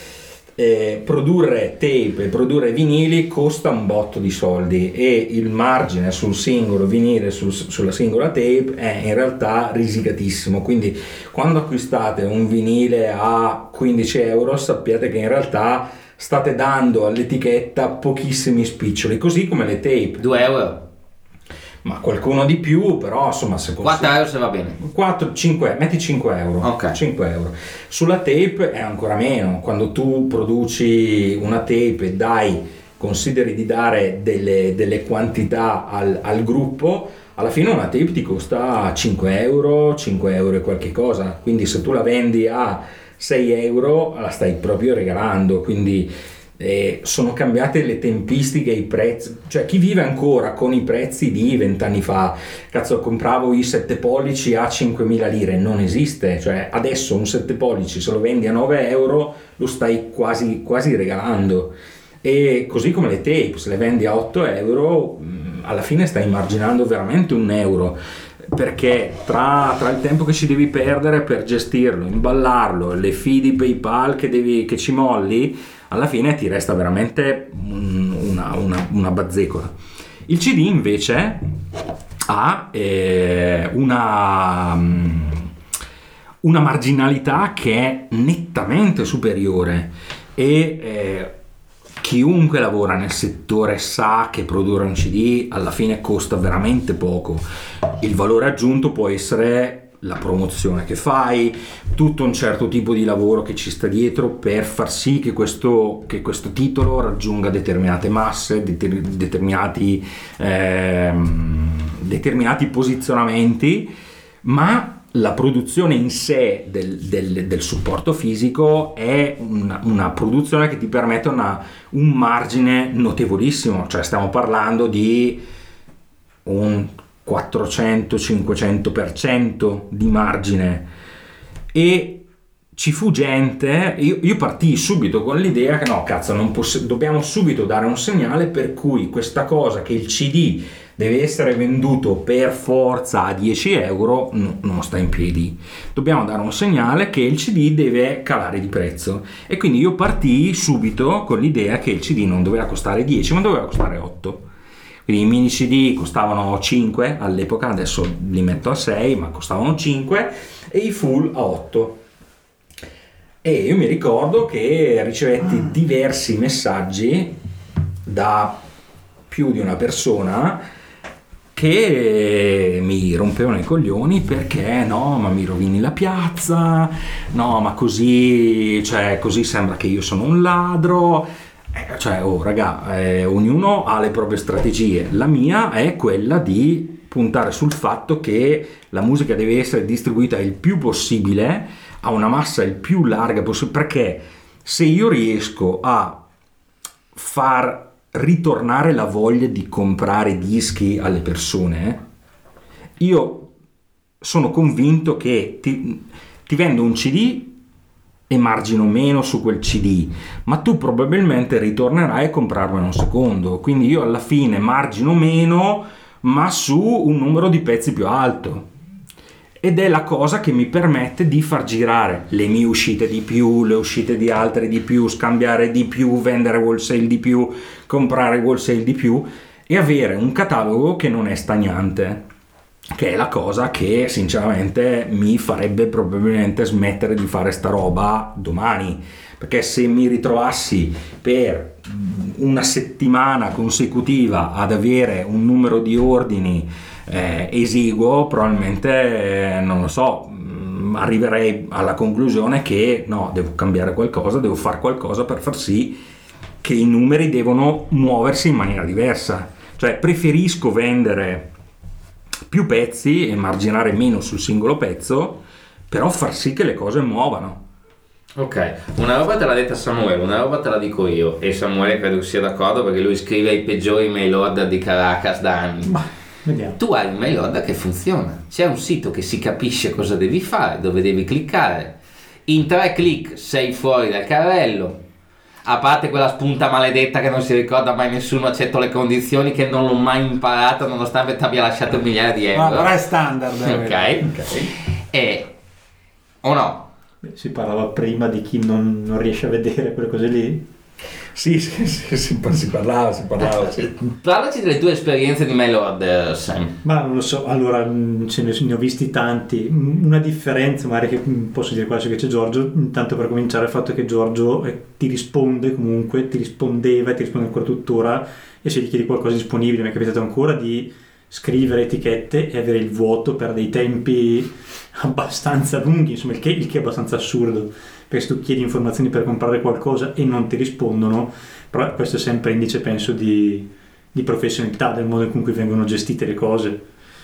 Produrre tape e produrre vinili costa un botto di soldi, e il margine sul singolo vinile, sulla singola tape, è in realtà risicatissimo. Quindi quando acquistate un vinile a 15 euro, sappiate che in realtà state dando all'etichetta pochissimi spiccioli, così come le tape. 2 euro. Ma qualcuno di più, però insomma, se 4 euro se va bene. 5, metti 5 euro. Ok. 5 euro. Sulla tape è ancora meno. Quando tu produci una tape e consideri di dare delle quantità al gruppo, alla fine una tape ti costa 5 euro e qualche cosa. Quindi se tu la vendi a 6 euro la stai proprio regalando. Quindi sono cambiate le tempistiche, i prezzi, cioè chi vive ancora con i prezzi di 20 anni fa, cazzo, compravo i 7 pollici a 5.000 lire, non esiste. Cioè adesso un 7 pollici se lo vendi a 9 euro lo stai quasi regalando, e così come le tape, se le vendi a 8 euro alla fine stai marginando veramente un euro, perché tra il tempo che ci devi perdere per gestirlo, imballarlo, le fee di PayPal che ci molli, alla fine ti resta veramente una bazzecola. Il CD invece ha una marginalità che è nettamente superiore, e chiunque lavora nel settore sa che produrre un CD alla fine costa veramente poco. Il valore aggiunto può essere la promozione che fai, tutto un certo tipo di lavoro che ci sta dietro per far sì che questo titolo raggiunga determinate masse, determinati posizionamenti, ma la produzione in sé del supporto fisico è una produzione che ti permette un margine notevolissimo, cioè stiamo parlando di un 400-500% di margine. E ci fu gente, io partii subito con l'idea che no, cazzo, dobbiamo subito dare un segnale per cui questa cosa che il CD deve essere venduto per forza a 10 euro non sta in piedi. Dobbiamo dare un segnale che il CD deve calare di prezzo, e quindi io partii subito con l'idea che il CD non doveva costare 10 ma doveva costare 8. Quindi i mini CD costavano 5 all'epoca, adesso li metto a 6, ma costavano 5, e i full a 8. E io mi ricordo che ricevetti diversi messaggi da più di una persona che mi rompevano i coglioni perché no, ma mi rovini la piazza, no, ma così sembra che io sono un ladro. Ognuno ha le proprie strategie. La mia è quella di puntare sul fatto che la musica deve essere distribuita il più possibile a una massa il più larga possibile, perché se io riesco a far ritornare la voglia di comprare dischi alle persone, io sono convinto che ti vendo un CD e margino meno su quel CD, ma tu probabilmente ritornerai a comprarmene un secondo, quindi io alla fine margino meno ma su un numero di pezzi più alto, ed è la cosa che mi permette di far girare le mie uscite di più, le uscite di altre di più, scambiare di più, vendere wholesale di più, comprare wholesale di più, e avere un catalogo che non è stagnante, che è la cosa che sinceramente mi farebbe probabilmente smettere di fare sta roba domani, perché se mi ritrovassi per una settimana consecutiva ad avere un numero di ordini esiguo, probabilmente non lo so, arriverei alla conclusione che no, devo cambiare qualcosa, devo fare qualcosa per far sì che i numeri devono muoversi in maniera diversa. Cioè preferisco vendere più pezzi e marginare meno sul singolo pezzo, però far sì che le cose muovano. Ok, una roba te l'ha detta Samuele, una roba te la dico io, e Samuele credo che sia d'accordo perché lui scrive i peggiori mail order di Caracas da anni. Vediamo. Tu hai un mail order che funziona, c'è un sito che si capisce cosa devi fare, dove devi cliccare, in 3 click sei fuori dal carrello, a parte quella spunta maledetta che non si ricorda mai nessuno, accetto le condizioni, che non l'ho mai imparato nonostante ti abbia lasciato migliaia di euro. Ma è standard. Ok. E o no? Si parlava prima di chi non riesce a vedere quelle cose lì. Sì, si parlava. Sì. Parlaci delle tue esperienze di mail order, Sam. Ma non lo so, allora ne ho visti tanti. Una differenza magari che posso dire quasi che c'è Giorgio, intanto per cominciare il fatto che Giorgio ti risponde comunque, ti rispondeva e ti risponde ancora tuttora, e se gli chiedi qualcosa disponibile, mi è capitato ancora di scrivere etichette e avere il vuoto per dei tempi abbastanza lunghi, insomma, il che è abbastanza assurdo, perché se tu chiedi informazioni per comprare qualcosa e non ti rispondono, però questo è sempre indice, penso, di professionalità del modo in cui vengono gestite le cose.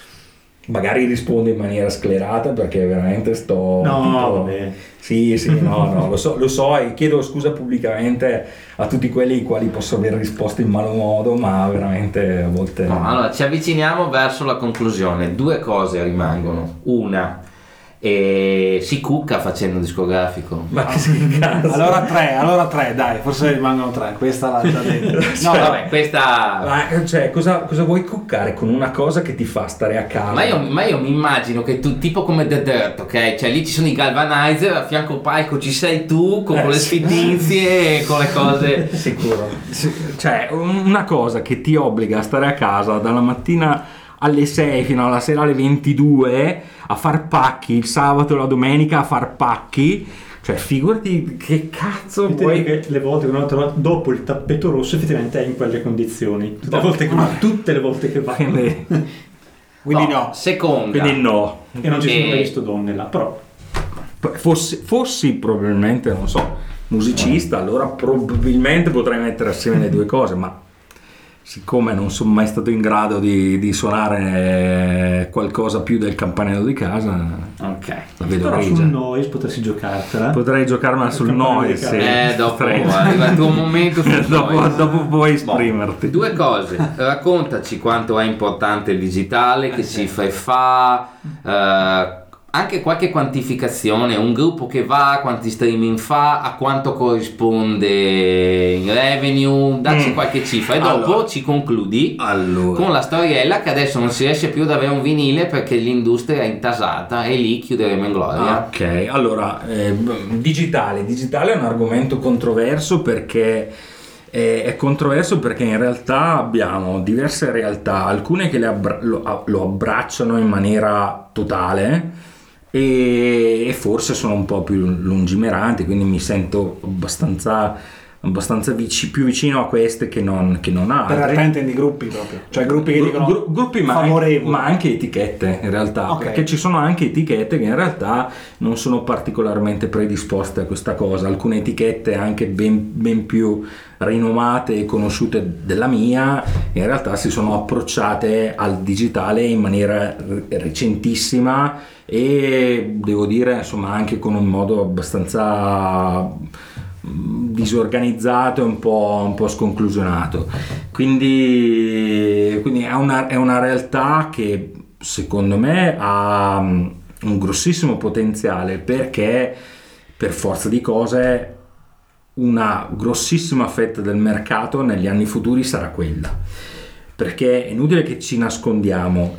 Magari rispondo in maniera sclerata perché veramente vabbè. Sì, no, lo so, e chiedo scusa pubblicamente a tutti quelli ai quali posso aver risposto in malo modo, ma veramente a volte... No, allora ci avviciniamo verso la conclusione. 2 cose rimangono. Una, si cucca facendo discografico. Ma che cazzo? Allora 3, dai, forse rimangono 3. Questa la dentro. No, vabbè, questa... Ma cioè, cosa vuoi cuccare con una cosa che ti fa stare a casa? Ma io mi immagino che tu, tipo come The Dirt, ok? Cioè lì ci sono i galvanizer, a fianco Paico ci sei tu con le sfittizie e con le cose. Sicuro. Cioè, una cosa che ti obbliga a stare a casa dalla mattina alle 6 fino alla sera alle 22 a far pacchi, il sabato e la domenica a far pacchi, cioè figurati che cazzo vuoi. Che le volte che ho trovato dopo il tappeto rosso effettivamente è in quelle condizioni tutte le volte che vai. Quindi no. Seconda. Quindi no. E non ci sono mai visto donne là, però fossi probabilmente, non so, musicista, allora probabilmente potrei mettere assieme le due cose, ma siccome non sono mai stato in grado di suonare qualcosa più del campanello di casa, la vedo però grigia. sul noise potresti giocartela. Potrei giocarmela sul noise, sì. Dopo arriva il tuo momento sul dopo puoi esprimerti. Due cose, raccontaci quanto è importante il digitale, che cifre fa, anche qualche quantificazione, un gruppo che va, quanti streaming fa, a quanto corrisponde in revenue, dacci qualche cifra e dopo ci concludi con la storiella, che adesso non si riesce più ad avere un vinile perché l'industria è intasata, e lì chiuderemo in gloria. Ok, allora digitale è un argomento controverso, perché è controverso perché in realtà abbiamo diverse realtà, alcune che lo abbracciano in maniera totale e forse sono un po' più lungimiranti, quindi mi sento abbastanza più vicino a queste che non altre. Per realtà intendi gruppi proprio, cioè gruppi che dicono gruppi favorevoli, ma anche etichette in realtà, perché ci sono anche etichette che in realtà non sono particolarmente predisposte a questa cosa, alcune etichette anche ben più rinomate e conosciute della mia in realtà si sono approcciate al digitale in maniera recentissima, e devo dire insomma anche con un modo abbastanza disorganizzato e un po' sconclusionato, quindi è una realtà che secondo me ha un grossissimo potenziale, perché per forza di cose una grossissima fetta del mercato negli anni futuri sarà quella, perché è inutile che ci nascondiamo,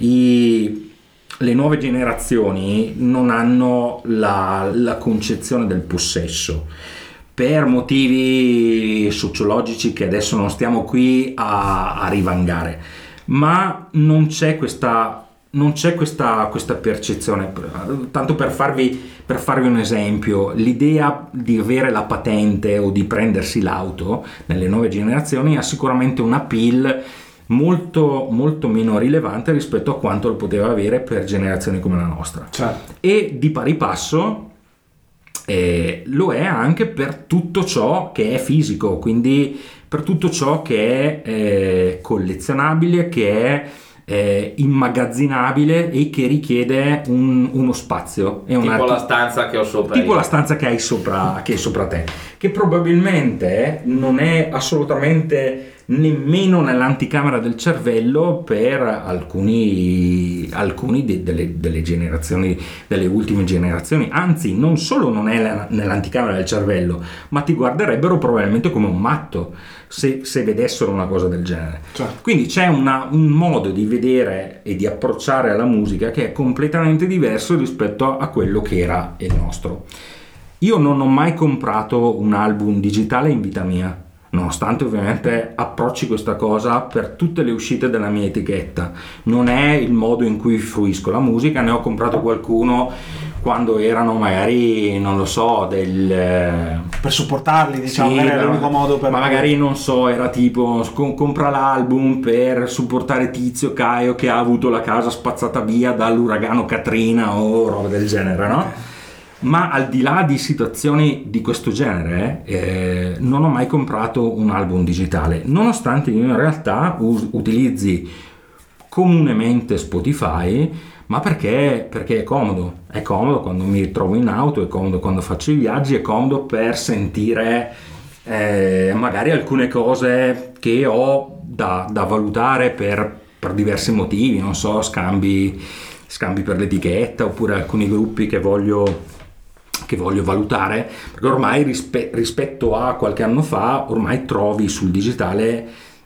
le nuove generazioni non hanno la concezione del possesso, per motivi sociologici che adesso non stiamo qui a rivangare, ma non c'è questa percezione. Tanto per farvi un esempio, l'idea di avere la patente o di prendersi l'auto nelle nuove generazioni ha sicuramente un appeal molto molto meno rilevante rispetto a quanto lo poteva avere per generazioni come la nostra. Certo. E di pari passo lo è anche per tutto ciò che è fisico, quindi per tutto ciò che è collezionabile, che è immagazzinabile e che richiede uno spazio, tipo la stanza che ho sopra, tipo la stanza che hai sopra te, che probabilmente non è assolutamente nemmeno nell'anticamera del cervello per alcuni delle generazioni, delle ultime generazioni, anzi non solo non è nell'anticamera del cervello, ma ti guarderebbero probabilmente come un matto se vedessero una cosa del genere. Certo. Quindi c'è un modo di vedere e di approcciare alla musica che è completamente diverso rispetto a quello che era il nostro. Io non ho mai comprato un album digitale in vita mia, nonostante ovviamente approcci questa cosa per tutte le uscite della mia etichetta. Non è il modo in cui fruisco la musica, ne ho comprato qualcuno quando erano magari, non lo so, per supportarli, diciamo, sì, era l'unico modo per... Ma magari, non so, era tipo compra l'album per supportare Tizio Caio che ha avuto la casa spazzata via dall'uragano Katrina o roba del genere, no? Ma al di là di situazioni di questo genere, non ho mai comprato un album digitale, nonostante io in realtà utilizzi comunemente Spotify, ma perché è comodo quando mi trovo in auto, è comodo quando faccio i viaggi, è comodo per sentire magari alcune cose che ho da valutare per diversi motivi, non so, scambi per l'etichetta, oppure alcuni gruppi che voglio valutare, perché ormai rispetto a qualche anno fa ormai trovi sul digitale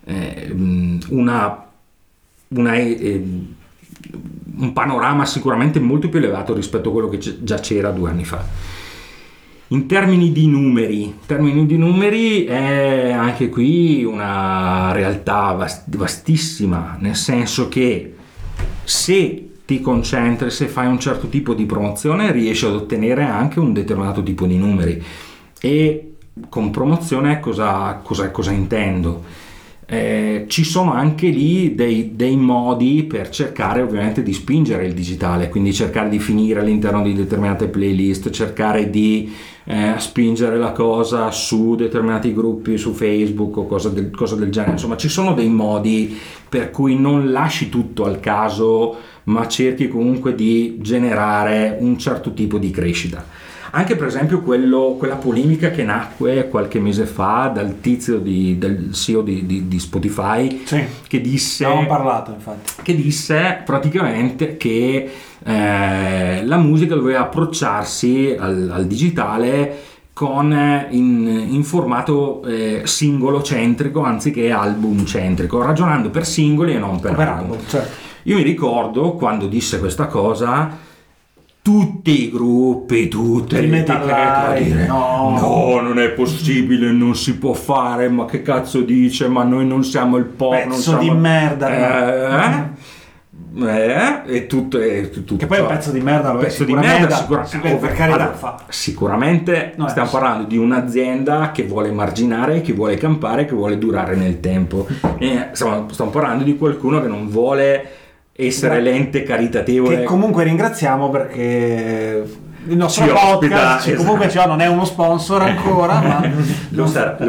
un panorama sicuramente molto più elevato rispetto a quello che già c'era 2 anni fa. In termini di numeri è anche qui una realtà vastissima, nel senso che se ti concentri, se fai un certo tipo di promozione, riesci ad ottenere anche un determinato tipo di numeri. E con promozione cosa intendo? ci sono anche lì dei modi per cercare ovviamente di spingere il digitale, quindi cercare di finire all'interno di determinate playlist, cercare di spingere la cosa su determinati gruppi su Facebook o cosa del genere. Insomma, ci sono dei modi per cui non lasci tutto al caso, ma cerchi comunque di generare un certo tipo di crescita. Anche per esempio quella polemica che nacque qualche mese fa dal tizio del CEO di Spotify, sì, che disse, abbiamo parlato infatti, che disse praticamente che la musica doveva approcciarsi al digitale in formato singolo centrico anziché album centrico, ragionando per singoli e non per album. Certo. Io mi ricordo quando disse questa cosa, tutti i gruppi, tutte le etichette a dire no, non è possibile, non si può fare, ma che cazzo dice, ma noi non siamo il pop, pezzo di merda, e tutto che poi è un pezzo di merda, per carità, sicuramente stiamo parlando di un'azienda che vuole marginare, che vuole campare, che vuole durare nel tempo, stiamo parlando di qualcuno che non vuole essere l'ente caritatevole, che comunque ringraziamo perché il nostro podcast comunque non è uno sponsor ancora, ma lo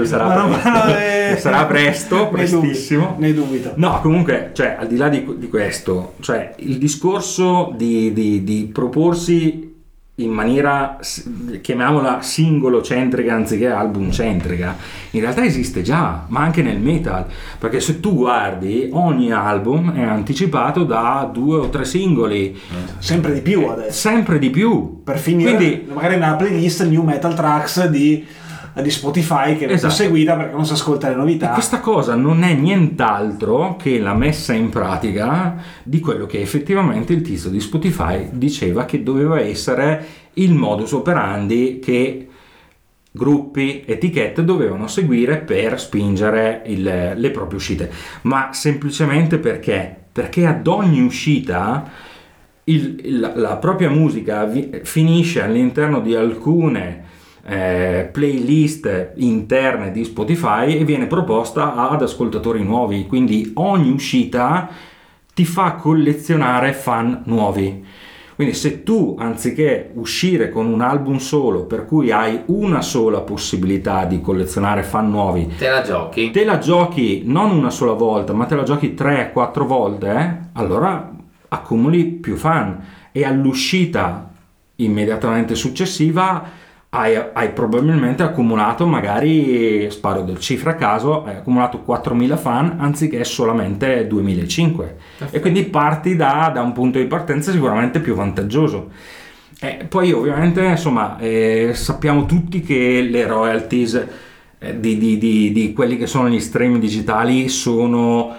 sarà presto, prestissimo, ne dubito. No, comunque, cioè, al di là di questo, cioè il discorso di proporsi in maniera, chiamiamola singolo centrica anziché album centrica, in realtà esiste già, ma anche nel metal, perché se tu guardi ogni album è anticipato da 2 o 3 singoli, sempre di più adesso, sempre di più, per finire quindi, magari nella playlist New Metal Tracks di Spotify che non seguita perché non si ascolta le novità. E questa cosa non è nient'altro che la messa in pratica di quello che effettivamente il tizio di Spotify diceva che doveva essere il modus operandi che gruppi, etichette dovevano seguire per spingere le proprie uscite, ma semplicemente perché ad ogni uscita la propria musica finisce all'interno di alcune playlist interne di Spotify e viene proposta ad ascoltatori nuovi, quindi ogni uscita ti fa collezionare fan nuovi. Quindi se tu, anziché uscire con un album solo per cui hai una sola possibilità di collezionare fan nuovi, te la giochi non una sola volta, ma te la giochi 3-4 volte, allora accumuli più fan, e all'uscita immediatamente successiva hai probabilmente accumulato, magari sparo del cifra a caso, hai accumulato 4.000 fan anziché solamente 2.500, e quindi parti da un punto di partenza sicuramente più vantaggioso. Poi ovviamente insomma sappiamo tutti che le royalties di quelli che sono gli stream digitali sono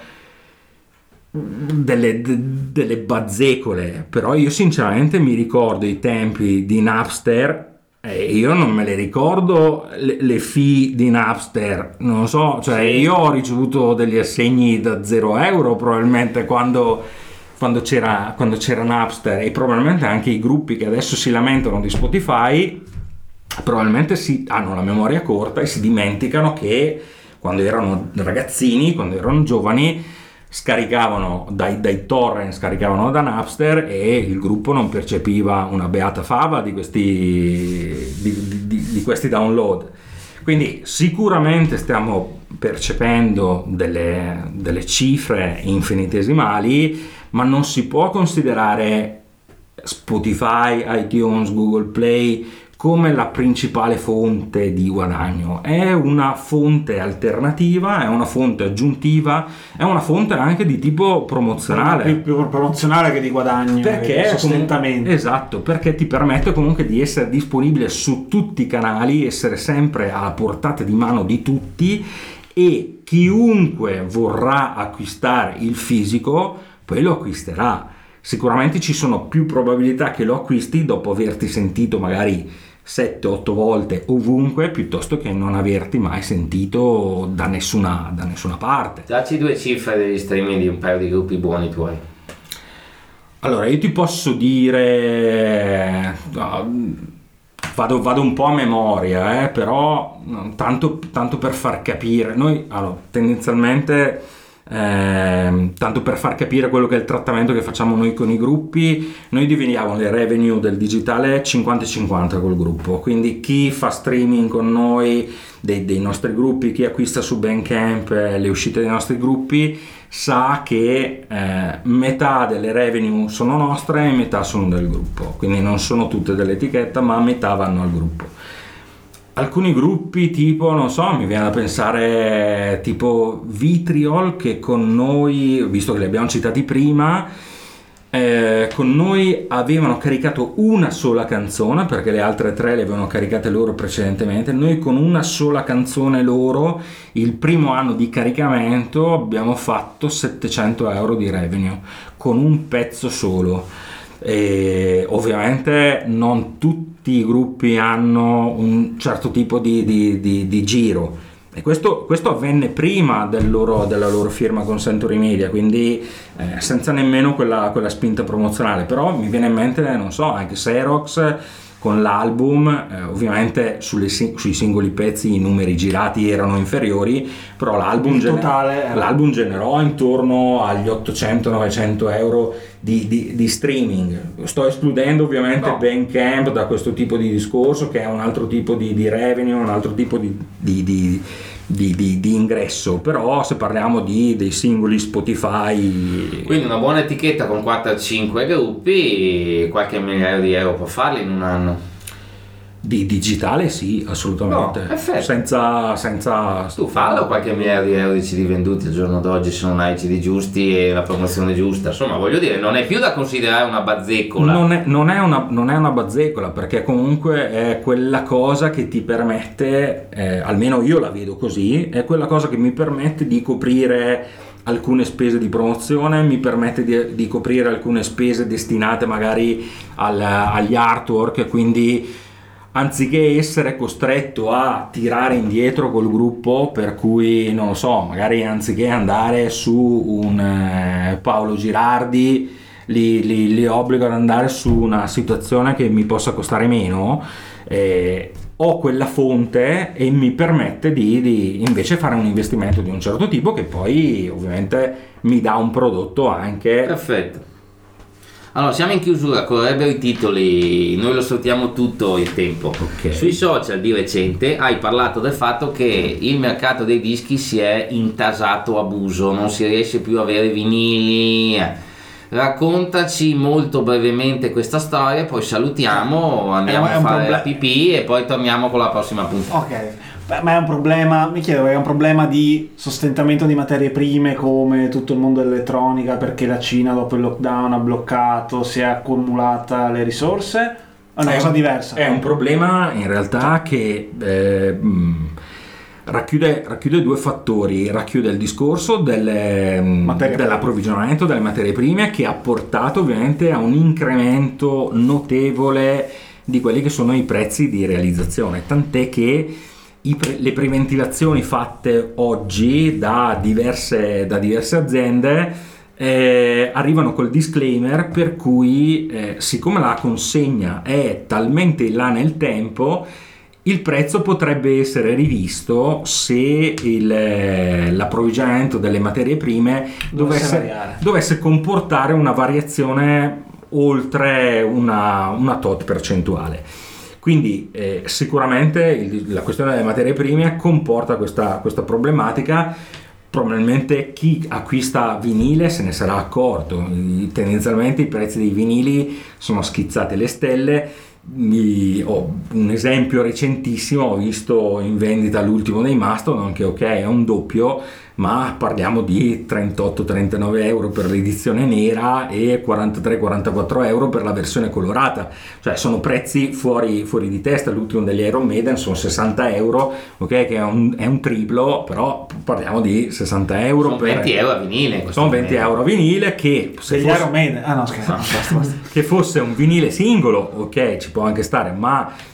delle bazzecole, però io sinceramente mi ricordo i tempi di Napster. Io non me le ricordo le fee di Napster, non lo so, cioè io ho ricevuto degli assegni da 0 euro probabilmente quando c'era Napster, e probabilmente anche i gruppi che adesso si lamentano di Spotify probabilmente hanno la memoria corta e si dimenticano che quando erano ragazzini, quando erano giovani, scaricavano dai torrent, scaricavano da Napster e il gruppo non percepiva una beata fava di questi download. Quindi sicuramente stiamo percependo delle cifre infinitesimali, ma non si può considerare Spotify, iTunes, Google Play come la principale fonte di guadagno. È una fonte alternativa, è una fonte aggiuntiva, è una fonte anche di tipo promozionale, più promozionale che di guadagno, perché sostentamento. Esatto, perché ti permette comunque di essere disponibile su tutti i canali, essere sempre alla portata di mano di tutti, e chiunque vorrà acquistare il fisico poi lo acquisterà. Sicuramente ci sono più probabilità che lo acquisti dopo averti sentito magari 7-8 volte ovunque, piuttosto che non averti mai sentito da nessuna parte. Dacci 2 cifre degli streaming di un paio di gruppi buoni tuoi. Allora, io ti posso dire vado un po' a memoria, però tanto per far capire, noi tendenzialmente, tanto per far capire quello che è il trattamento che facciamo noi con i gruppi, noi dividiamo le revenue del digitale 50-50 col gruppo, quindi chi fa streaming con noi dei nostri gruppi, chi acquista su Bandcamp le uscite dei nostri gruppi, sa che metà delle revenue sono nostre e metà sono del gruppo, quindi non sono tutte dell'etichetta, ma metà vanno al gruppo. Alcuni gruppi tipo, non so, mi viene da pensare tipo Vitriol, che con noi, visto che li abbiamo citati prima, con noi avevano caricato una sola canzone, perché le altre 3 le avevano caricate loro precedentemente. Noi con una sola canzone loro, il primo anno di caricamento, abbiamo fatto 700 euro di revenue con un pezzo solo. E ovviamente non tutti i gruppi hanno un certo tipo di giro, e questo avvenne prima della loro firma con Century Media, quindi senza nemmeno quella spinta promozionale. Però mi viene in mente, non so, anche Xerox con l'album, ovviamente sui singoli pezzi i numeri girati erano inferiori, però l'album generò intorno agli 800-900 euro di streaming. Sto escludendo ovviamente Bandcamp da questo tipo di discorso, che è un altro tipo di revenue, un altro tipo di ingresso, però se parliamo dei singoli Spotify, quindi una buona etichetta con 4-5 gruppi, qualche migliaio di euro può farli in un anno. Di digitale sì, assolutamente. Senza tu fallo qualche migliaio di euro di CD venduti al giorno d'oggi, se non hai i CD giusti e la promozione giusta. Insomma, voglio dire, non è più da considerare una bazzecola. Non è una bazzecola, perché comunque è quella cosa che ti permette, almeno io la vedo così, è quella cosa che mi permette di coprire alcune spese di promozione, mi permette di coprire alcune spese destinate magari agli artwork, quindi anziché essere costretto a tirare indietro col gruppo, per cui non lo so, magari anziché andare su un Paolo Girardi li obbligo ad andare su una situazione che mi possa costare meno, ho quella fonte e mi permette di invece fare un investimento di un certo tipo, che poi ovviamente mi dà un prodotto anche perfetto. Allora, siamo in chiusura, correbbero i titoli, noi lo saltiamo tutto il tempo. Okay. Sui social di recente hai parlato del fatto che il mercato dei dischi si è intasato abuso, non si riesce più a avere vinili. Raccontaci molto brevemente questa storia, poi salutiamo, andiamo a fare la pipì e poi torniamo con la prossima puntata. Ok. Ma è un problema, mi chiedo, è un problema di sostentamento di materie prime come tutto il mondo dell'elettronica, perché la Cina dopo il lockdown ha bloccato, si è accumulata le risorse? È una cosa diversa? È un problema in realtà che racchiude 2 fattori. Racchiude il discorso dell'approvvigionamento delle materie prime, che ha portato ovviamente a un incremento notevole di quelli che sono i prezzi di realizzazione, tant'è che le preventivazioni fatte oggi da diverse aziende arrivano col disclaimer per cui siccome la consegna è talmente in là nel tempo, il prezzo potrebbe essere rivisto se l'approvvigionamento delle materie prime dovesse comportare una variazione oltre una tot percentuale. Quindi sicuramente la questione delle materie prime comporta questa problematica. Probabilmente chi acquista vinile se ne sarà accorto. Tendenzialmente i prezzi dei vinili sono schizzati alle stelle. Ho un esempio recentissimo, ho visto in vendita l'ultimo dei Mastodon, che ok è un doppio, ma parliamo di 38-39 euro per l'edizione nera e 43-44 euro per la versione colorata, cioè sono prezzi fuori di testa. L'ultimo degli Iron Maiden sono 60 euro, ok, che è un triplo, però parliamo di 60 euro sono 20 euro a vinile, sono 20 euro a vinile, che se fosse, Iron Maiden, basta. che fosse un vinile singolo, ok, ci può anche stare, ma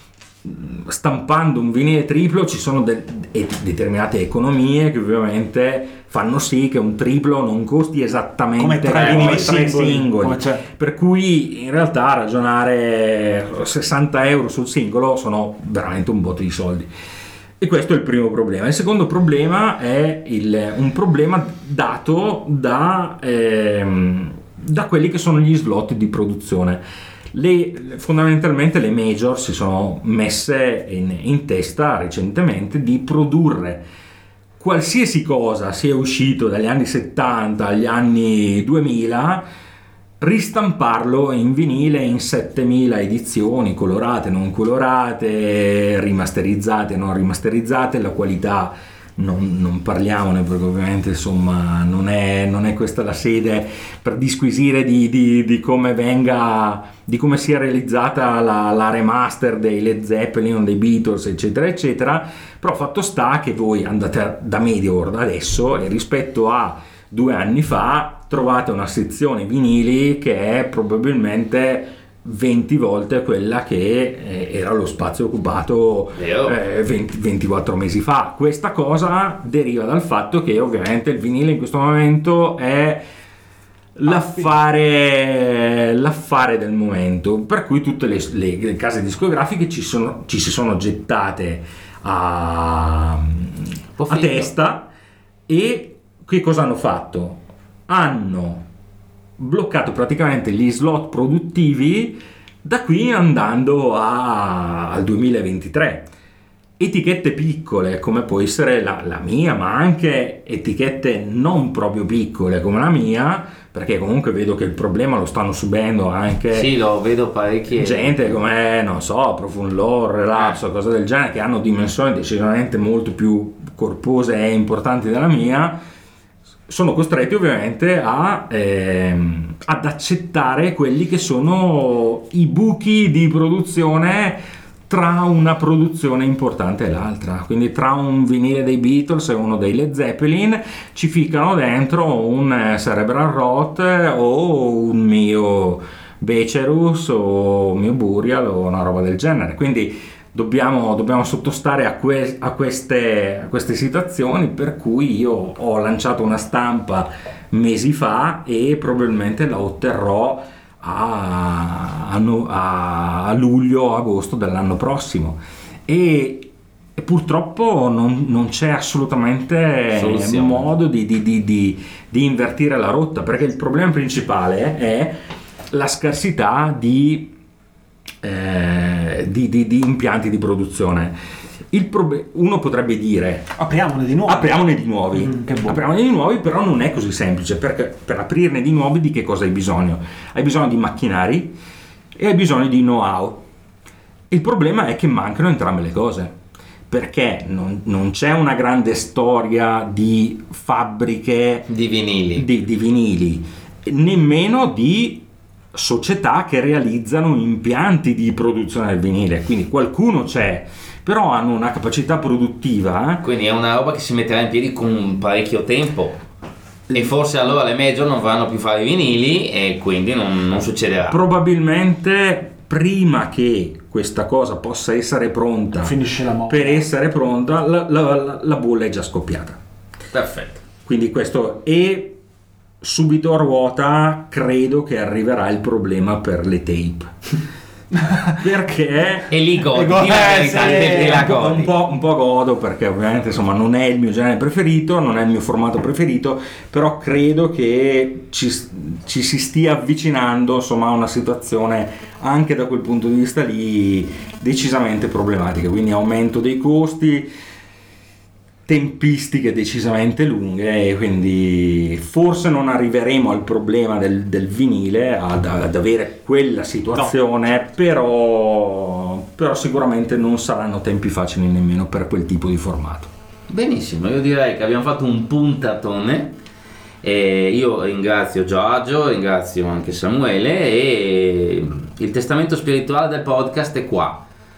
stampando un vinile triplo ci sono determinate economie che ovviamente fanno sì che un triplo non costi esattamente come tre singoli. Per cui in realtà ragionare 60 euro sul singolo sono veramente un botto di soldi. E questo è il primo problema. Il secondo problema è un problema dato da quelli che sono gli slot di produzione. Fondamentalmente le major si sono messe in testa recentemente di produrre qualsiasi cosa sia uscito dagli anni 70 agli anni 2000, ristamparlo in vinile in 7000 edizioni, colorate, non colorate, rimasterizzate, non rimasterizzate. La qualità non parliamone, perché ovviamente insomma non è questa la sede per disquisire di come sia realizzata la remaster dei Led Zeppelin o dei Beatles eccetera eccetera. Però fatto sta che voi andate da Mediaworld adesso e rispetto a 2 anni fa trovate una sezione vinili che è probabilmente 20 volte quella che era lo spazio occupato 24 mesi fa. Questa cosa deriva dal fatto che ovviamente il vinile in questo momento è l'affare del momento, per cui tutte le case discografiche ci si sono gettate a testa. E che cosa hanno fatto? Hanno bloccato praticamente gli slot produttivi da qui andando al 2023. Etichette piccole come può essere la mia, ma anche etichette non proprio piccole come la mia, perché comunque vedo che il problema lo stanno subendo anche lo vedo parecchie gente come, non so, Profund Lore, Relapse o cose del genere, che hanno dimensioni decisamente molto più corpose e importanti della mia. Sono costretti ovviamente ad accettare quelli che sono i buchi di produzione tra una produzione importante e l'altra. Quindi tra un vinile dei Beatles e uno dei Led Zeppelin ci ficcano dentro un Cerebral Rot o un mio Becerus o un mio Burial o una roba del genere. Quindi dobbiamo sottostare a queste situazioni, per cui io ho lanciato una stampa mesi fa e probabilmente la otterrò a luglio-agosto dell'anno prossimo, e purtroppo non c'è assolutamente modo di invertire la rotta, perché il problema principale è la scarsità di impianti di produzione. Uno potrebbe dire apriamone di nuovi, però non è così semplice, perché per aprirne di nuovi di che cosa hai bisogno? Hai bisogno di macchinari e hai bisogno di know-how. Il problema è che mancano entrambe le cose, perché non c'è una grande storia di fabbriche di vinili, nemmeno di società che realizzano impianti di produzione del vinile. Quindi qualcuno c'è, però hanno una capacità produttiva. Quindi è una roba che si metterà in piedi con parecchio tempo, e forse allora le major non vanno più a fare i vinili e quindi non succederà. Probabilmente prima che questa cosa possa essere pronta, finisce la moda. Per essere pronta la bolla è già scoppiata. Perfetto. Quindi questo, e subito a ruota credo che arriverà il problema per le tape. Perché e lì godi, un po' godo, perché ovviamente insomma non è il mio genere preferito, non è il mio formato preferito, però credo che ci si stia avvicinando insomma a una situazione anche da quel punto di vista lì decisamente problematica. Quindi aumento dei costi, tempistiche decisamente lunghe, e quindi forse non arriveremo al problema del vinile ad avere quella situazione, no. Però sicuramente non saranno tempi facili nemmeno per quel tipo di formato. Benissimo, io direi che abbiamo fatto un puntatone, e io ringrazio Giorgio, ringrazio anche Samuele, e il testamento spirituale del podcast è qua.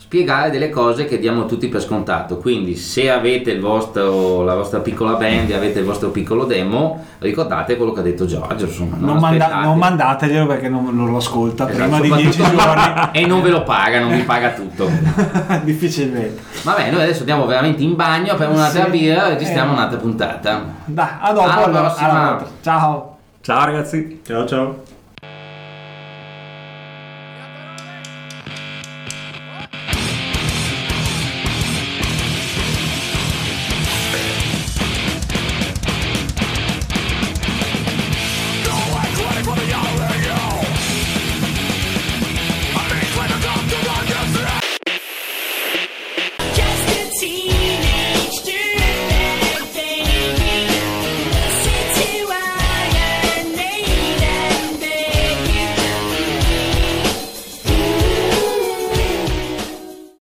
spiegare delle cose che diamo tutti per scontato. Quindi se avete la vostra piccola band, avete il vostro piccolo demo, ricordate quello che ha detto Giorgio, insomma, non mandateglielo perché non lo ascolta prima di 10 giorni e non ve lo paga, non vi paga tutto. Difficilmente. Vabbè, noi adesso andiamo veramente in bagno per un'altra birra e registriamo un'altra puntata. Dai, a dopo. Alla prossima. Ciao ragazzi. Ciao.